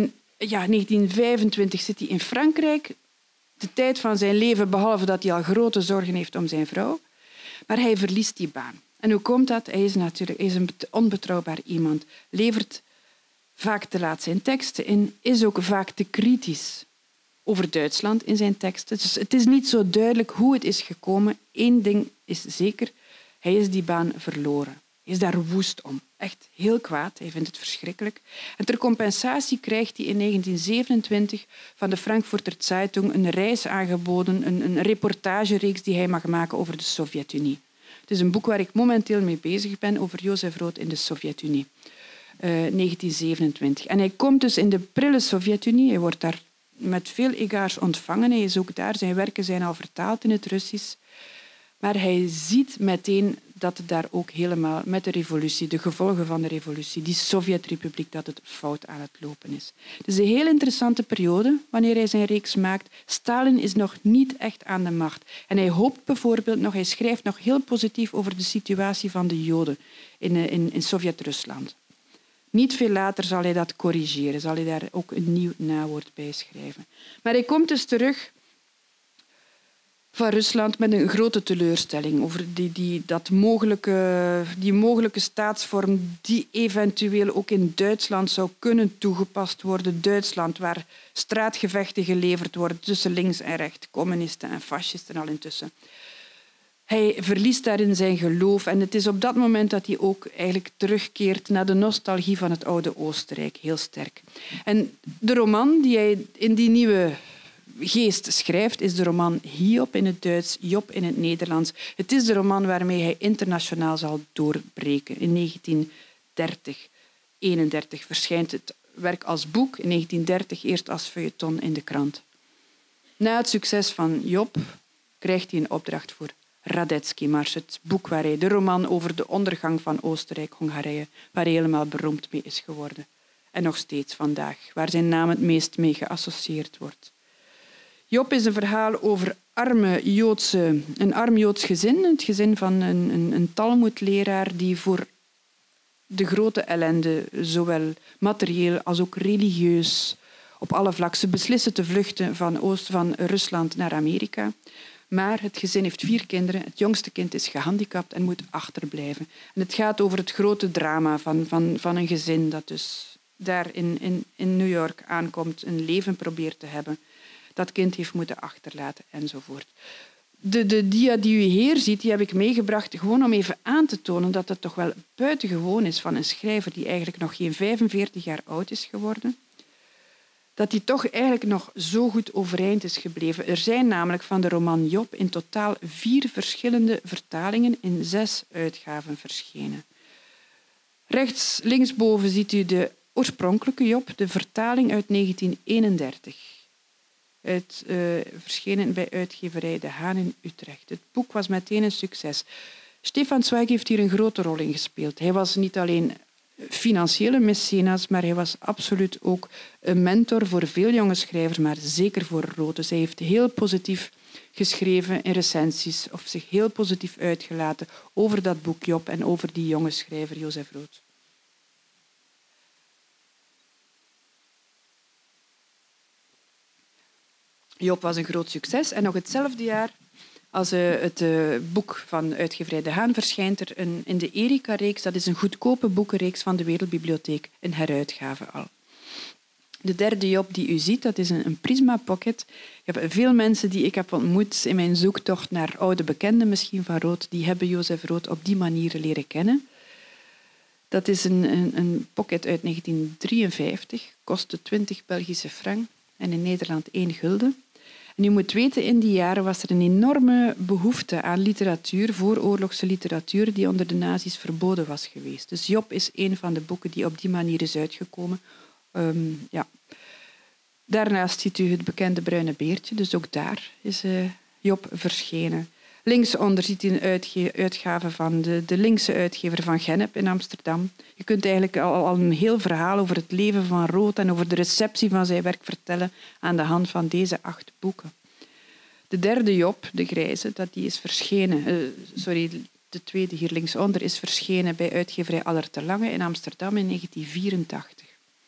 S3: 1925 zit hij in Frankrijk, de tijd van zijn leven, behalve dat hij al grote zorgen heeft om zijn vrouw, maar hij verliest die baan. En hoe komt dat? Hij is een onbetrouwbaar iemand, levert vaak te laat zijn teksten in, is ook vaak te kritisch over Duitsland in zijn teksten. Dus het is niet zo duidelijk hoe het is gekomen. Eén ding is zeker, hij is die baan verloren. Hij is daar woest om. Echt heel kwaad. Hij vindt het verschrikkelijk. En ter compensatie krijgt hij in 1927 van de Frankfurter Zeitung een reis aangeboden, een reportagereeks die hij mag maken over de Sovjet-Unie. Het is een boek waar ik momenteel mee bezig ben over Jozef Roth in de Sovjet-Unie. 1927. En hij komt dus in de prille Sovjet-Unie. Hij wordt daar met veel egaars ontvangen. Hij is ook daar. Zijn werken zijn al vertaald in het Russisch. Maar hij ziet meteen dat het daar ook helemaal met de revolutie, de gevolgen van de revolutie, die Sovjet-republiek, dat het fout aan het lopen is. Het is een heel interessante periode wanneer hij zijn reeks maakt. Stalin is nog niet echt aan de macht. En hij hoopt bijvoorbeeld nog, hij schrijft nog heel positief over de situatie van de Joden in Sovjet-Rusland. Niet veel later zal hij dat corrigeren, zal hij daar ook een nieuw nawoord bij schrijven. Maar hij komt dus terug van Rusland met een grote teleurstelling over die mogelijke staatsvorm die eventueel ook in Duitsland zou kunnen toegepast worden. Duitsland, waar straatgevechten geleverd worden tussen links en rechts, communisten en fascisten al intussen. Hij verliest daarin zijn geloof en het is op dat moment dat hij ook eigenlijk terugkeert naar de nostalgie van het oude Oostenrijk, heel sterk. En de roman die hij in die nieuwe geest schrijft, is de roman Hiob in het Duits, Job in het Nederlands. Het is de roman waarmee hij internationaal zal doorbreken. In 1931 verschijnt het werk als boek, in 1930 eerst als feuilleton in de krant. Na het succes van Job krijgt hij een opdracht voor Radetzky-Mars, het boek waar hij de roman over de ondergang van Oostenrijk-Hongarije, waar hij helemaal beroemd mee is geworden. En nog steeds vandaag, waar zijn naam het meest mee geassocieerd wordt. Job is een verhaal over een arm Joods gezin, het gezin van een Talmoedleraar die voor de grote ellende, zowel materieel als ook religieus, op alle vlakken, ze beslissen te vluchten van Rusland naar Amerika. Maar het gezin heeft 4 kinderen. Het jongste kind is gehandicapt en moet achterblijven. En het gaat over het grote drama van een gezin dat dus daar in New York aankomt, een leven probeert te hebben. Dat kind heeft moeten achterlaten enzovoort. De dia die u hier ziet, die heb ik meegebracht gewoon om even aan te tonen dat het toch wel buitengewoon is van een schrijver die eigenlijk nog geen 45 jaar oud is geworden. Dat hij toch eigenlijk nog zo goed overeind is gebleven. Er zijn namelijk van de roman Job in totaal 4 verschillende vertalingen in 6 uitgaven verschenen. Linksboven ziet u de oorspronkelijke Job, de vertaling uit 1931. Verschenen bij uitgeverij De Haan in Utrecht. Het boek was meteen een succes. Stefan Zweig heeft hier een grote rol in gespeeld. Hij was niet alleen financiële mecenas, maar hij was absoluut ook een mentor voor veel jonge schrijvers, maar zeker voor Rood. Dus hij heeft heel positief geschreven in recensies of zich heel positief uitgelaten over dat boek Job en over die jonge schrijver Jozef Rood. Job was een groot succes en nog hetzelfde jaar als het boek van uitgeverij De Haan verschijnt er in de Erika-reeks, dat is een goedkope boekenreeks van de Wereldbibliotheek, een heruitgave al. De derde Job die u ziet, dat is een Prisma Pocket. Ik heb veel mensen die ik heb ontmoet in mijn zoektocht naar oude bekenden, misschien van Rood, die hebben Jozef Rood op die manier leren kennen. Dat is een pocket uit 1953, kostte 20 Belgische frank en in Nederland 1 gulden. En u moet weten, in die jaren was er een enorme behoefte aan literatuur, vooroorlogse literatuur, die onder de nazi's verboden was geweest. Dus Job is een van de boeken die op die manier is uitgekomen. Ja. Daarnaast ziet u het bekende Bruine Beertje, dus ook daar is Job verschenen. Linksonder ziet u een uitgave van de linkse uitgever van Gennep in Amsterdam. Je kunt eigenlijk al een heel verhaal over het leven van Rood en over de receptie van zijn werk vertellen aan de hand van deze 8 boeken. De derde Job, de grijze, die is verschenen. De tweede hier linksonder is verschenen bij uitgeverij Aller te Lange in Amsterdam in 1984.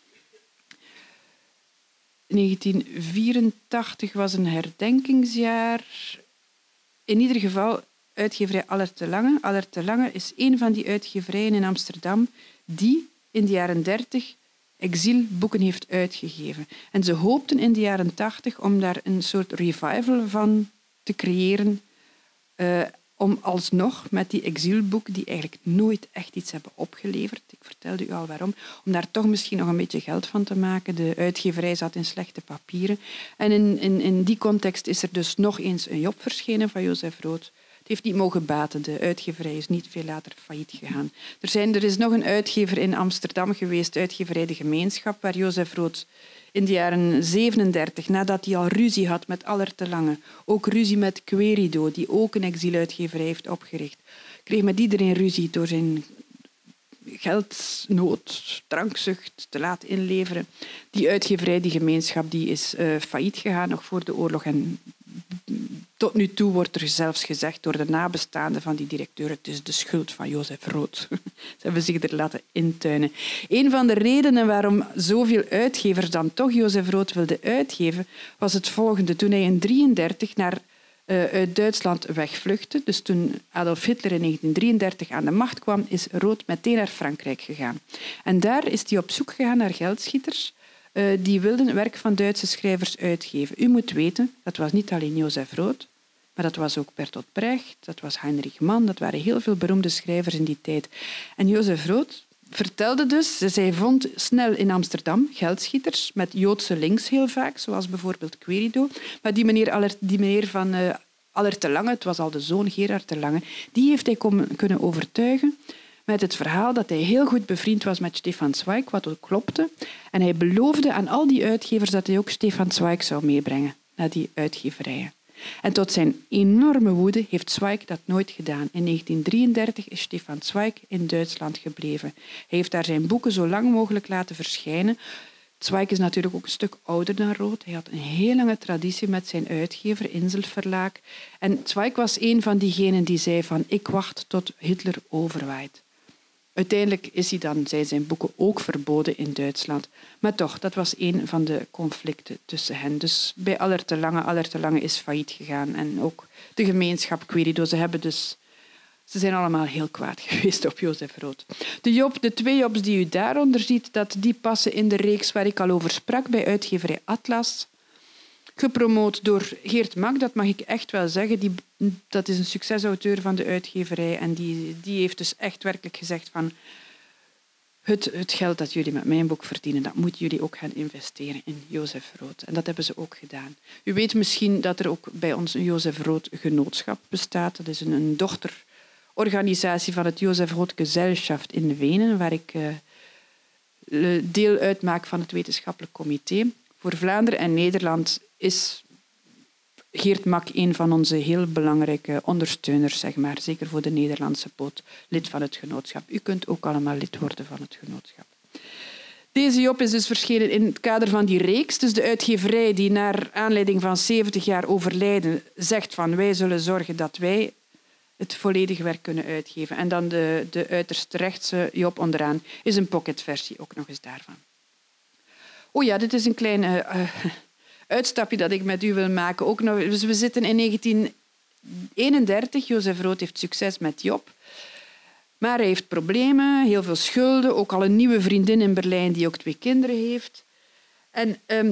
S3: 1984 was een herdenkingsjaar. In ieder geval uitgeverij Aller te Lange. Aller te Lange is een van die uitgeverijen in Amsterdam die in de jaren 30 exilboeken heeft uitgegeven. En ze hoopten in de jaren 80 om daar een soort revival van te creëren, om alsnog met die exilboeken, die eigenlijk nooit echt iets hebben opgeleverd, ik vertelde u al waarom, om daar toch misschien nog een beetje geld van te maken. De uitgeverij zat in slechte papieren. En in die context is er dus nog eens een Job verschenen van Jozef Rood. Het heeft niet mogen baten. De uitgeverij is niet veel later failliet gegaan. Er is nog een uitgever in Amsterdam geweest, uitgeverij De Gemeenschap, waar Jozef Rood in de jaren 37, nadat hij al ruzie had met Aller te Lange, ook ruzie met Querido, die ook een exiluitgeverij heeft opgericht, kreeg met iedereen ruzie door zijn geldnood, drankzucht te laten inleveren. Die uitgeverij, die gemeenschap, die is failliet gegaan nog voor de oorlog. En tot nu toe wordt er zelfs gezegd door de nabestaanden van die directeur, het is de schuld van Jozef Rood. Ze hebben zich er laten intuinen. Een van de redenen waarom zoveel uitgevers dan toch Jozef Rood wilden uitgeven, was het volgende. Toen hij in 1933 uit Duitsland wegvluchtte, dus toen Adolf Hitler in 1933 aan de macht kwam, is Rood meteen naar Frankrijk gegaan. En daar is hij op zoek gegaan naar geldschieters die wilden werk van Duitse schrijvers uitgeven. U moet weten, dat was niet alleen Jozef Rood, maar dat was ook Bertolt Brecht, dat was Heinrich Mann, dat waren heel veel beroemde schrijvers in die tijd. En Jozef Rood vertelde dus, zij vond snel in Amsterdam geldschieters met Joodse links heel vaak, zoals bijvoorbeeld Querido. Maar die meneer van Aller te Lange, het was al de zoon Gerard te Lange, die heeft hij kunnen overtuigen met het verhaal dat hij heel goed bevriend was met Stefan Zweig, wat ook klopte. En hij beloofde aan al die uitgevers dat hij ook Stefan Zweig zou meebrengen naar die uitgeverijen. En tot zijn enorme woede heeft Zweig dat nooit gedaan. In 1933 is Stefan Zweig in Duitsland gebleven. Hij heeft daar zijn boeken zo lang mogelijk laten verschijnen. Zweig is natuurlijk ook een stuk ouder dan Rood. Hij had een heel lange traditie met zijn uitgever, Insel Verlag. En Zweig was een van diegenen die zei van ik wacht tot Hitler overwaait. Uiteindelijk zijn zijn boeken ook verboden in Duitsland. Maar toch, dat was een van de conflicten tussen hen. Dus bij Aller te Lange is failliet gegaan. En ook de gemeenschap Querido. Ze zijn allemaal heel kwaad geweest op Jozef Rood. De 2 Jobs die u daaronder ziet, die passen in de reeks waar ik al over sprak bij uitgeverij Atlas. Gepromoot door Geert Mak, dat mag ik echt wel zeggen. Dat is een succesauteur van de uitgeverij. En die heeft dus echt werkelijk gezegd van... Het geld dat jullie met mijn boek verdienen, dat moeten jullie ook gaan investeren in Jozef Rood. En dat hebben ze ook gedaan. U weet misschien dat er ook bij ons een Jozef Rood genootschap bestaat. Dat is een dochterorganisatie van het Jozef Rood Gesellschaft in Wenen, waar ik deel uitmaak van het wetenschappelijk comité. Voor Vlaanderen en Nederland is Geert Mak een van onze heel belangrijke ondersteuners, zeg maar. Zeker voor de Nederlandse poot, lid van het genootschap. U kunt ook allemaal lid worden van het genootschap. Deze Job is dus verschenen in het kader van die reeks. Dus de uitgeverij die naar aanleiding van 70 jaar overlijden zegt van wij zullen zorgen dat wij het volledige werk kunnen uitgeven. En dan de uiterst rechtse Job onderaan is een pocketversie ook nog eens daarvan. Oh ja, dit is een klein uitstapje dat ik met u wil maken. Ook nog, dus we zitten in 1931. Jozef Rood heeft succes met Job. Maar hij heeft problemen, heel veel schulden. Ook al een nieuwe vriendin in Berlijn die ook 2 kinderen heeft. En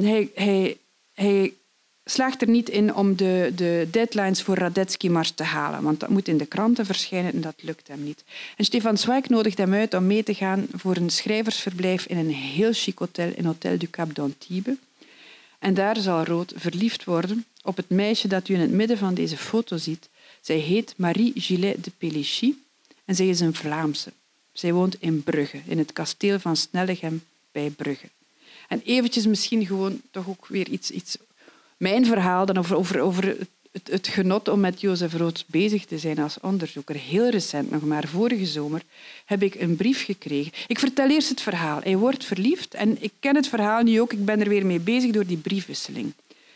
S3: hij slaagt er niet in om de deadlines voor Radetzky Mars te halen. Want dat moet in de kranten verschijnen en dat lukt hem niet. En Stefan Zweig nodigt hem uit om mee te gaan voor een schrijversverblijf in een heel chic hotel, in Hotel du Cap d'Antibes. En daar zal Rood verliefd worden op het meisje dat u in het midden van deze foto ziet. Zij heet Marie Gillet de Pélichy en zij is een Vlaamse. Zij woont in Brugge, in het kasteel van Snellegem bij Brugge. En eventjes misschien gewoon toch ook weer iets mijn verhaal dan over het genot om met Jozef Rood bezig te zijn als onderzoeker. Heel recent, nog maar vorige zomer, heb ik een brief gekregen. Ik vertel eerst het verhaal. Hij wordt verliefd en ik ken het verhaal nu ook. Ik ben er weer mee bezig door die briefwisseling.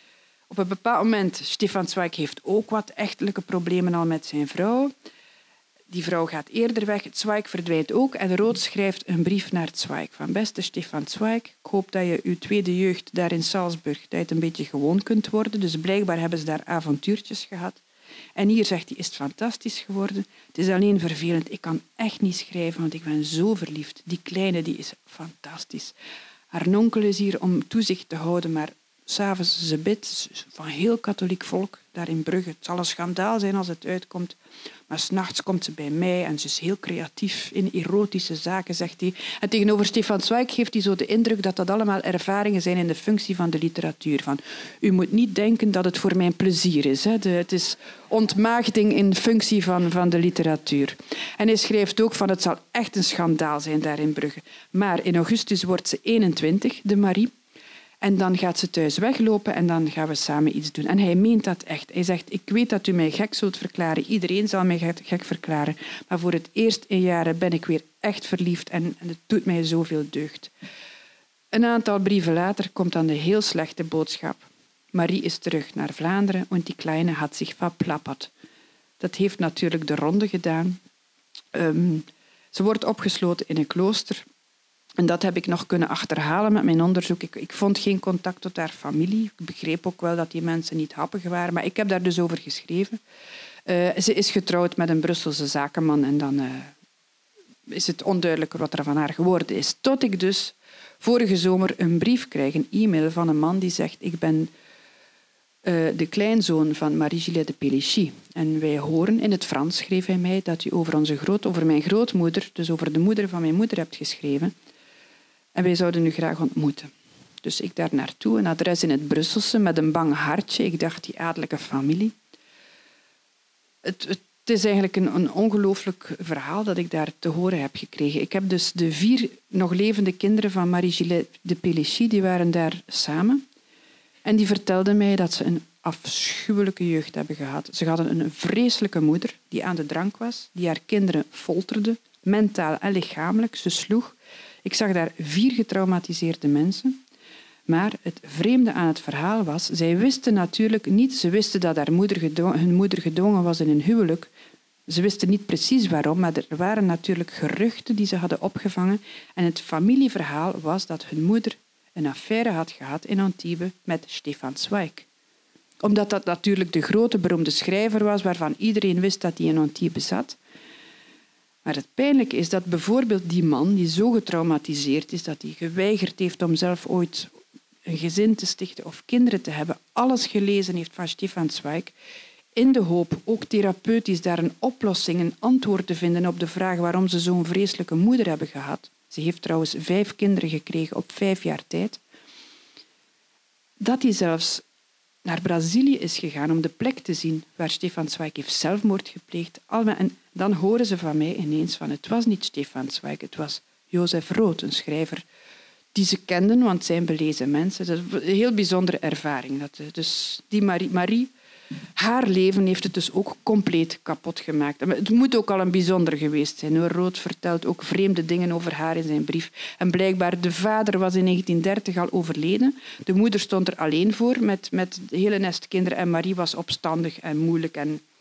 S3: Op een bepaald moment, Stefan Zweig heeft ook wat echtelijke problemen al met zijn vrouw. Die vrouw gaat eerder weg, het Zweig verdwijnt ook en Rood schrijft een brief naar het Zweig. Van beste Stefan Zweig, ik hoop dat je je tweede jeugd daar in Salzburg dat je het een beetje gewoon kunt worden. Dus blijkbaar hebben ze daar avontuurtjes gehad. En hier zegt hij, is het fantastisch geworden. Het is alleen vervelend, ik kan echt niet schrijven, want ik ben zo verliefd. Die kleine die is fantastisch. Haar nonkel is hier om toezicht te houden, maar 's avonds ze bidt van heel katholiek volk daar in Brugge. Het zal een schandaal zijn als het uitkomt. Maar 's nachts komt ze bij mij en ze is heel creatief in erotische zaken, zegt hij. En tegenover Stefan Zweig geeft hij zo de indruk dat dat allemaal ervaringen zijn in de functie van de literatuur. Van, u moet niet denken dat het voor mijn plezier is. Hè. Het is ontmaagding in functie van de literatuur. En hij schrijft ook van het zal echt een schandaal zijn daar in Brugge. Maar in augustus wordt ze 21, de Marie. En dan gaat ze thuis weglopen en dan gaan we samen iets doen. En hij meent dat echt. Hij zegt, ik weet dat u mij gek zult verklaren. Iedereen zal mij gek verklaren. Maar voor het eerst in jaren ben ik weer echt verliefd en het doet mij zoveel deugd. Een aantal brieven later komt dan de heel slechte boodschap. Marie is terug naar Vlaanderen en die kleine had zich verplapperd. Dat heeft natuurlijk de ronde gedaan. Ze wordt opgesloten in een klooster. En dat heb ik nog kunnen achterhalen met mijn onderzoek. Ik vond geen contact tot haar familie. Ik begreep ook wel dat die mensen niet happig waren. Maar ik heb daar dus over geschreven. Ze is getrouwd met een Brusselse zakenman. En dan is het onduidelijker wat er van haar geworden is. Tot ik dus vorige zomer een brief krijg, een e-mail van een man die zegt... Ik ben de kleinzoon van Marie Gillet de Pélichy. En wij horen, in het Frans schreef hij mij, dat u over mijn grootmoeder, dus over de moeder van mijn moeder, hebt geschreven. En wij zouden u graag ontmoeten. Dus ik daar naartoe, een adres in het Brusselse met een bang hartje. Ik dacht, die adellijke familie. Het is eigenlijk een ongelooflijk verhaal dat ik daar te horen heb gekregen. Ik heb dus de 4 nog levende kinderen van Marie Gillet de Pélichy, die waren daar samen. En die vertelden mij dat ze een afschuwelijke jeugd hebben gehad. Ze hadden een vreselijke moeder die aan de drank was, die haar kinderen folterde, mentaal en lichamelijk. Ze sloeg. Ik zag daar 4 getraumatiseerde mensen. Maar het vreemde aan het verhaal was, zij wisten natuurlijk niet, ze wisten dat hun moeder gedwongen was in een huwelijk. Ze wisten niet precies waarom, maar er waren natuurlijk geruchten die ze hadden opgevangen. En het familieverhaal was dat hun moeder een affaire had gehad in Antibes met Stefan Zweig. Omdat dat natuurlijk de grote beroemde schrijver was waarvan iedereen wist dat hij in Antibes zat. Maar het pijnlijke is dat bijvoorbeeld die man, die zo getraumatiseerd is dat hij geweigerd heeft om zelf ooit een gezin te stichten of kinderen te hebben, alles gelezen heeft van Stefan Zweig, in de hoop ook therapeutisch daar een oplossing, een antwoord te vinden op de vraag waarom ze zo'n vreselijke moeder hebben gehad. Ze heeft trouwens 5 kinderen gekregen op 5 jaar tijd. Dat hij zelfs naar Brazilië is gegaan om de plek te zien waar Stefan Zweig heeft zelfmoord gepleegd. En dan horen ze van mij ineens van het was niet Stefan Zweig, het was Jozef Rood, een schrijver die ze kenden, want het zijn belezen mensen. Dat is een heel bijzondere ervaring. Dus die Marie, haar leven heeft het dus ook compleet kapot gemaakt. Het moet ook al een bijzonder geweest zijn. Rood vertelt ook vreemde dingen over haar in zijn brief. En blijkbaar, de vader was in 1930 al overleden. De moeder stond er alleen voor met de hele nest kinderen. En Marie was opstandig en moeilijk.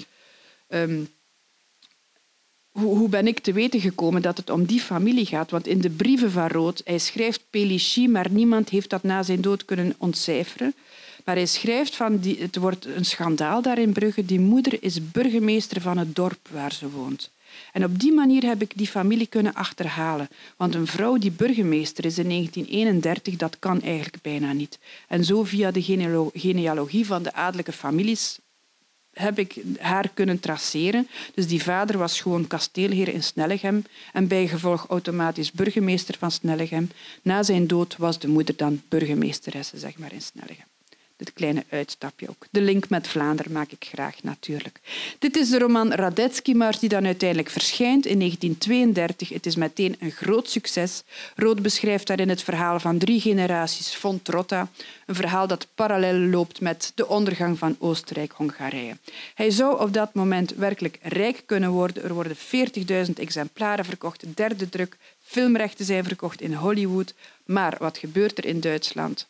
S3: Hoe ben ik te weten gekomen dat het om die familie gaat? Want in de brieven van Rood, hij schrijft Pélichy, maar niemand heeft dat na zijn dood kunnen ontcijferen. Maar hij schrijft van, het wordt een schandaal daar in Brugge. Die moeder is burgemeester van het dorp waar ze woont. En op die manier heb ik die familie kunnen achterhalen. Want een vrouw die burgemeester is in 1931, dat kan eigenlijk bijna niet. En zo via de genealogie van de adellijke families heb ik haar kunnen traceren. Dus die vader was gewoon kasteelheer in Snellegem en bijgevolg automatisch burgemeester van Snellegem. Na zijn dood was de moeder dan burgemeesteresse, zeg maar, in Snellegem. Dit kleine uitstapje ook. De link met Vlaanderen maak ik graag, natuurlijk. Dit is de roman Radetzky-Mars die dan uiteindelijk verschijnt in 1932. Het is meteen een groot succes. Rood beschrijft daarin het verhaal van 3 generaties von Trotta. Een verhaal dat parallel loopt met de ondergang van Oostenrijk-Hongarije. Hij zou op dat moment werkelijk rijk kunnen worden. Er worden 40.000 exemplaren verkocht, 3e druk. Filmrechten zijn verkocht in Hollywood. Maar wat gebeurt er in Duitsland?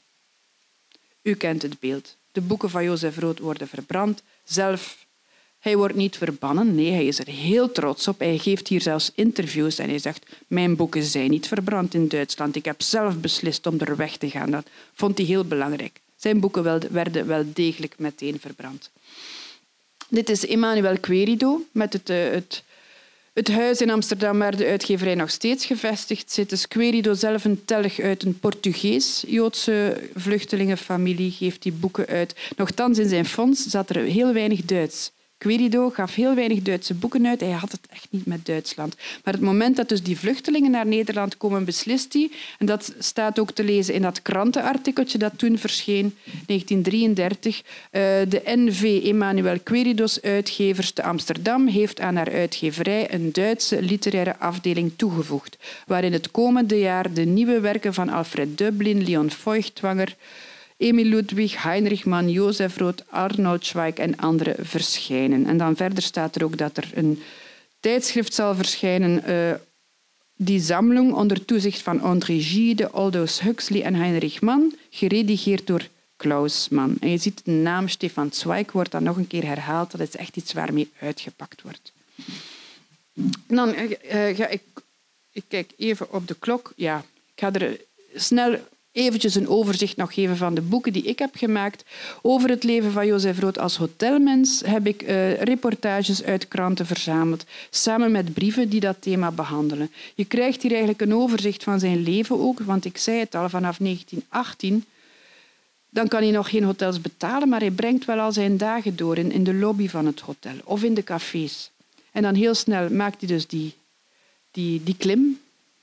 S3: U kent het beeld. De boeken van Jozef Rood worden verbrand. Hij wordt niet verbannen. Nee, hij is er heel trots op. Hij geeft hier zelfs interviews en hij zegt: mijn boeken zijn niet verbrand in Duitsland. Ik heb zelf beslist om er weg te gaan. Dat vond hij heel belangrijk. Zijn boeken werden wel degelijk meteen verbrand. Dit is Emmanuel Querido met het huis in Amsterdam waar de uitgeverij nog steeds gevestigd zit. Dus Querido, zelf een telg uit een Portugees-Joodse vluchtelingenfamilie, geeft die boeken uit. Nochtans, in zijn fonds zat er heel weinig Duits. Querido gaf heel weinig Duitse boeken uit. Hij had het echt niet met Duitsland. Maar het moment dat dus die vluchtelingen naar Nederland komen, beslist hij. En dat staat ook te lezen in dat krantenartikeltje dat toen verscheen, 1933. De NV Emmanuel Queridos Uitgevers te Amsterdam heeft aan haar uitgeverij een Duitse literaire afdeling toegevoegd, waarin het komende jaar de nieuwe werken van Alfred Döblin, Leon Feuchtwanger, Emil Ludwig, Heinrich Mann, Jozef Rood, Arnold Zweig en anderen verschijnen. En dan verder staat er ook dat er een tijdschrift zal verschijnen, die Sammlung, onder toezicht van André Gide, Aldous Huxley en Heinrich Mann, geredigeerd door Klaus Mann. En je ziet de naam Stefan Zweig wordt dan nog een keer herhaald. Dat is echt iets waarmee uitgepakt wordt. En dan ik kijk even op de klok. Ja, ik ga er snel eventjes een overzicht nog geven van de boeken die ik heb gemaakt. Over het leven van Jozef Rood als hotelmens heb ik reportages uit kranten verzameld, samen met brieven die dat thema behandelen. Je krijgt hier eigenlijk een overzicht van zijn leven ook, want ik zei het al, vanaf 1918... Dan kan hij nog geen hotels betalen, maar hij brengt wel al zijn dagen door in de lobby van het hotel of in de cafés. En dan heel snel maakt hij dus die klim.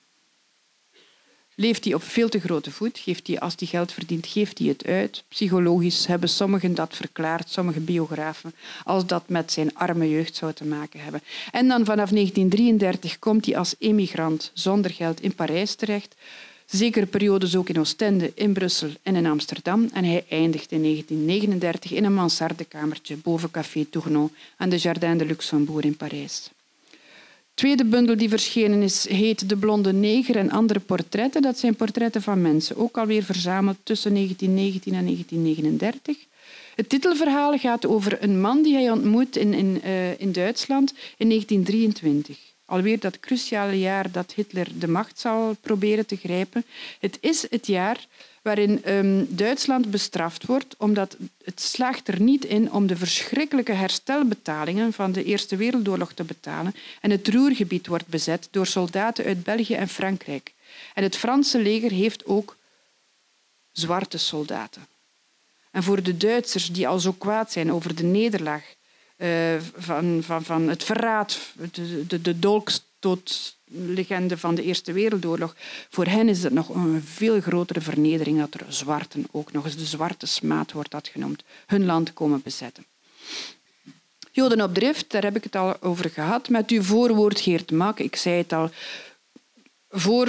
S3: Leeft hij op veel te grote voet. Als hij geld verdient, geeft hij het uit. Psychologisch hebben sommigen dat verklaard, sommige biografen, als dat met zijn arme jeugd zou te maken hebben. En dan vanaf 1933 komt hij als emigrant zonder geld in Parijs terecht. Zekere periodes ook in Oostende, in Brussel en in Amsterdam. En hij eindigt in 1939 in een mansardekamertje boven Café Tournon aan de Jardin de Luxembourg in Parijs. De tweede bundel die verschenen is, heet De Blonde Neger en andere portretten. Dat zijn portretten van mensen, ook alweer verzameld tussen 1919 en 1939. Het titelverhaal gaat over een man die hij ontmoet in Duitsland in 1923. Alweer dat cruciale jaar dat Hitler de macht zal proberen te grijpen. Het is het jaar waarin Duitsland bestraft wordt, omdat het slaagt er niet in om de verschrikkelijke herstelbetalingen van de Eerste Wereldoorlog te betalen en het Ruhrgebied wordt bezet door soldaten uit België en Frankrijk. En het Franse leger heeft ook zwarte soldaten. En voor de Duitsers, die al zo kwaad zijn over de nederlaag van het verraad, de dolkstootlegende van de Eerste Wereldoorlog, voor hen is het nog een veel grotere vernedering dat er zwarten, ook nog eens de zwarte smaad wordt dat genoemd, hun land komen bezetten. Joden op drift, daar heb ik het al over gehad. Met uw voorwoord Geert Mak, ik zei het al, voor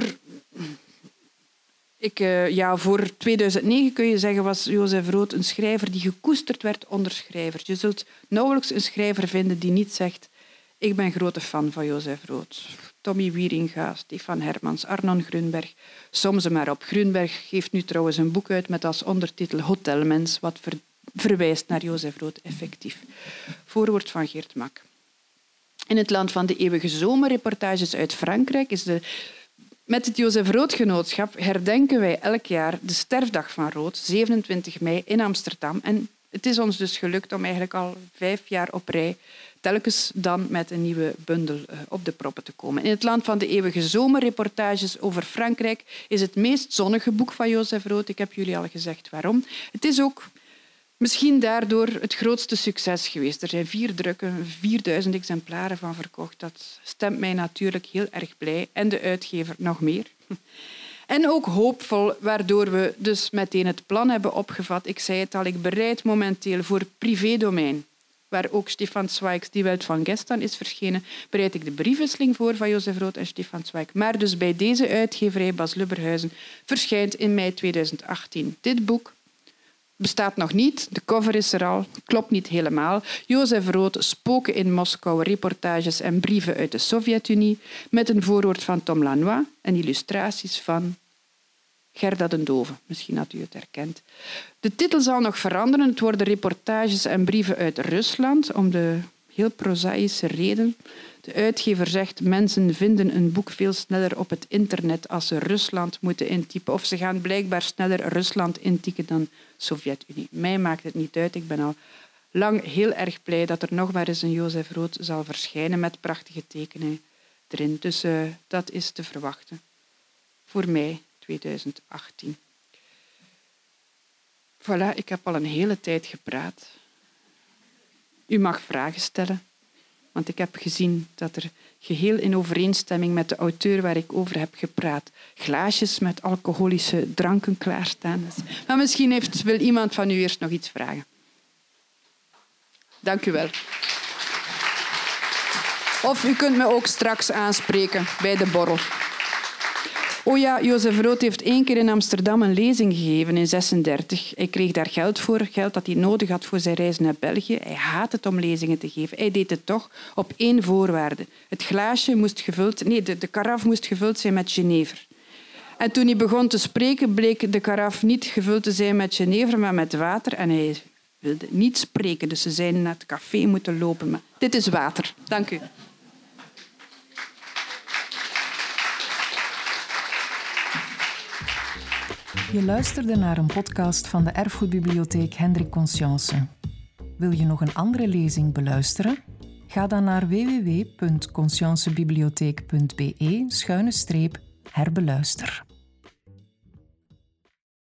S3: 2009 kun je zeggen was Jozef Rood een schrijver die gekoesterd werd onder schrijvers. Je zult nauwelijks een schrijver vinden die niet zegt ik ben grote fan van Jozef Rood. Tommy Wieringa, Stefan Hermans, Arnon Grunberg. Soms er maar op. Grunberg geeft nu trouwens een boek uit met als ondertitel Hotelmens, wat verwijst naar Jozef Rood effectief. Voorwoord van Geert Mak. In het land van de eeuwige zomerreportages uit Frankrijk is met het Jozef Rood Genootschap herdenken wij elk jaar de sterfdag van Rood, 27 mei in Amsterdam. En het is ons dus gelukt om eigenlijk al 5 jaar op rij telkens dan met een nieuwe bundel op de proppen te komen. In het land van de eeuwige zomerreportages over Frankrijk is het meest zonnige boek van Jozef Rood. Ik heb jullie al gezegd waarom. Het is ook misschien daardoor het grootste succes geweest. Er zijn 4 drukken, 4000 exemplaren van verkocht. Dat stemt mij natuurlijk heel erg blij. En de uitgever nog meer. En ook hoopvol, waardoor we dus meteen het plan hebben opgevat. Ik zei het al, ik bereid momenteel voor privédomein, waar ook Stefan Zweig's Die Welt van gestern is verschenen, bereid ik de briefwisseling voor van Jozef Rood en Stefan Zweig. Maar dus bij deze uitgeverij Bas Lubberhuizen verschijnt in mei 2018 dit boek. Bestaat nog niet, de cover is er al, klopt niet helemaal. Jozef Rood, Spoken in Moskou, reportages en brieven uit de Sovjet-Unie, met een voorwoord van Tom Lanois en illustraties van Gerda den Dove. Misschien had u het herkend. De titel zal nog veranderen. Het worden reportages en brieven uit Rusland, om de heel prozaïsche reden. De uitgever zegt, mensen vinden een boek veel sneller op het internet als ze Rusland moeten intypen. Of ze gaan blijkbaar sneller Rusland intypen dan Sovjet-Unie. Mij maakt het niet uit. Ik ben al lang heel erg blij dat er nog maar eens een Jozef Rood zal verschijnen met prachtige tekeningen erin. Dus dat is te verwachten. Voor mei 2018. Voilà, ik heb al een hele tijd gepraat. U mag vragen stellen. Want ik heb gezien dat er geheel in overeenstemming met de auteur waar ik over heb gepraat, glaasjes met alcoholische dranken klaarstaan. Maar misschien wil iemand van u eerst nog iets vragen. Dank u wel. Of u kunt me ook straks aanspreken bij de borrel. Oh ja, Jozef Rood heeft 1 keer in Amsterdam een lezing gegeven in 1936. Hij kreeg daar geld voor, geld dat hij nodig had voor zijn reis naar België. Hij haat het om lezingen te geven. Hij deed het toch op 1 voorwaarde. Het glaasje moest de karaf moest gevuld zijn met jenever. En toen hij begon te spreken, bleek de karaf niet gevuld te zijn met jenever, maar met water. En hij wilde niet spreken, dus ze zijn naar het café moeten lopen. Maar dit is water. Dank u.
S1: Je luisterde naar een podcast van de Erfgoedbibliotheek Hendrik Conscience. Wil je nog een andere lezing beluisteren? Ga dan naar www.consciencebibliotheek.be/herbeluister.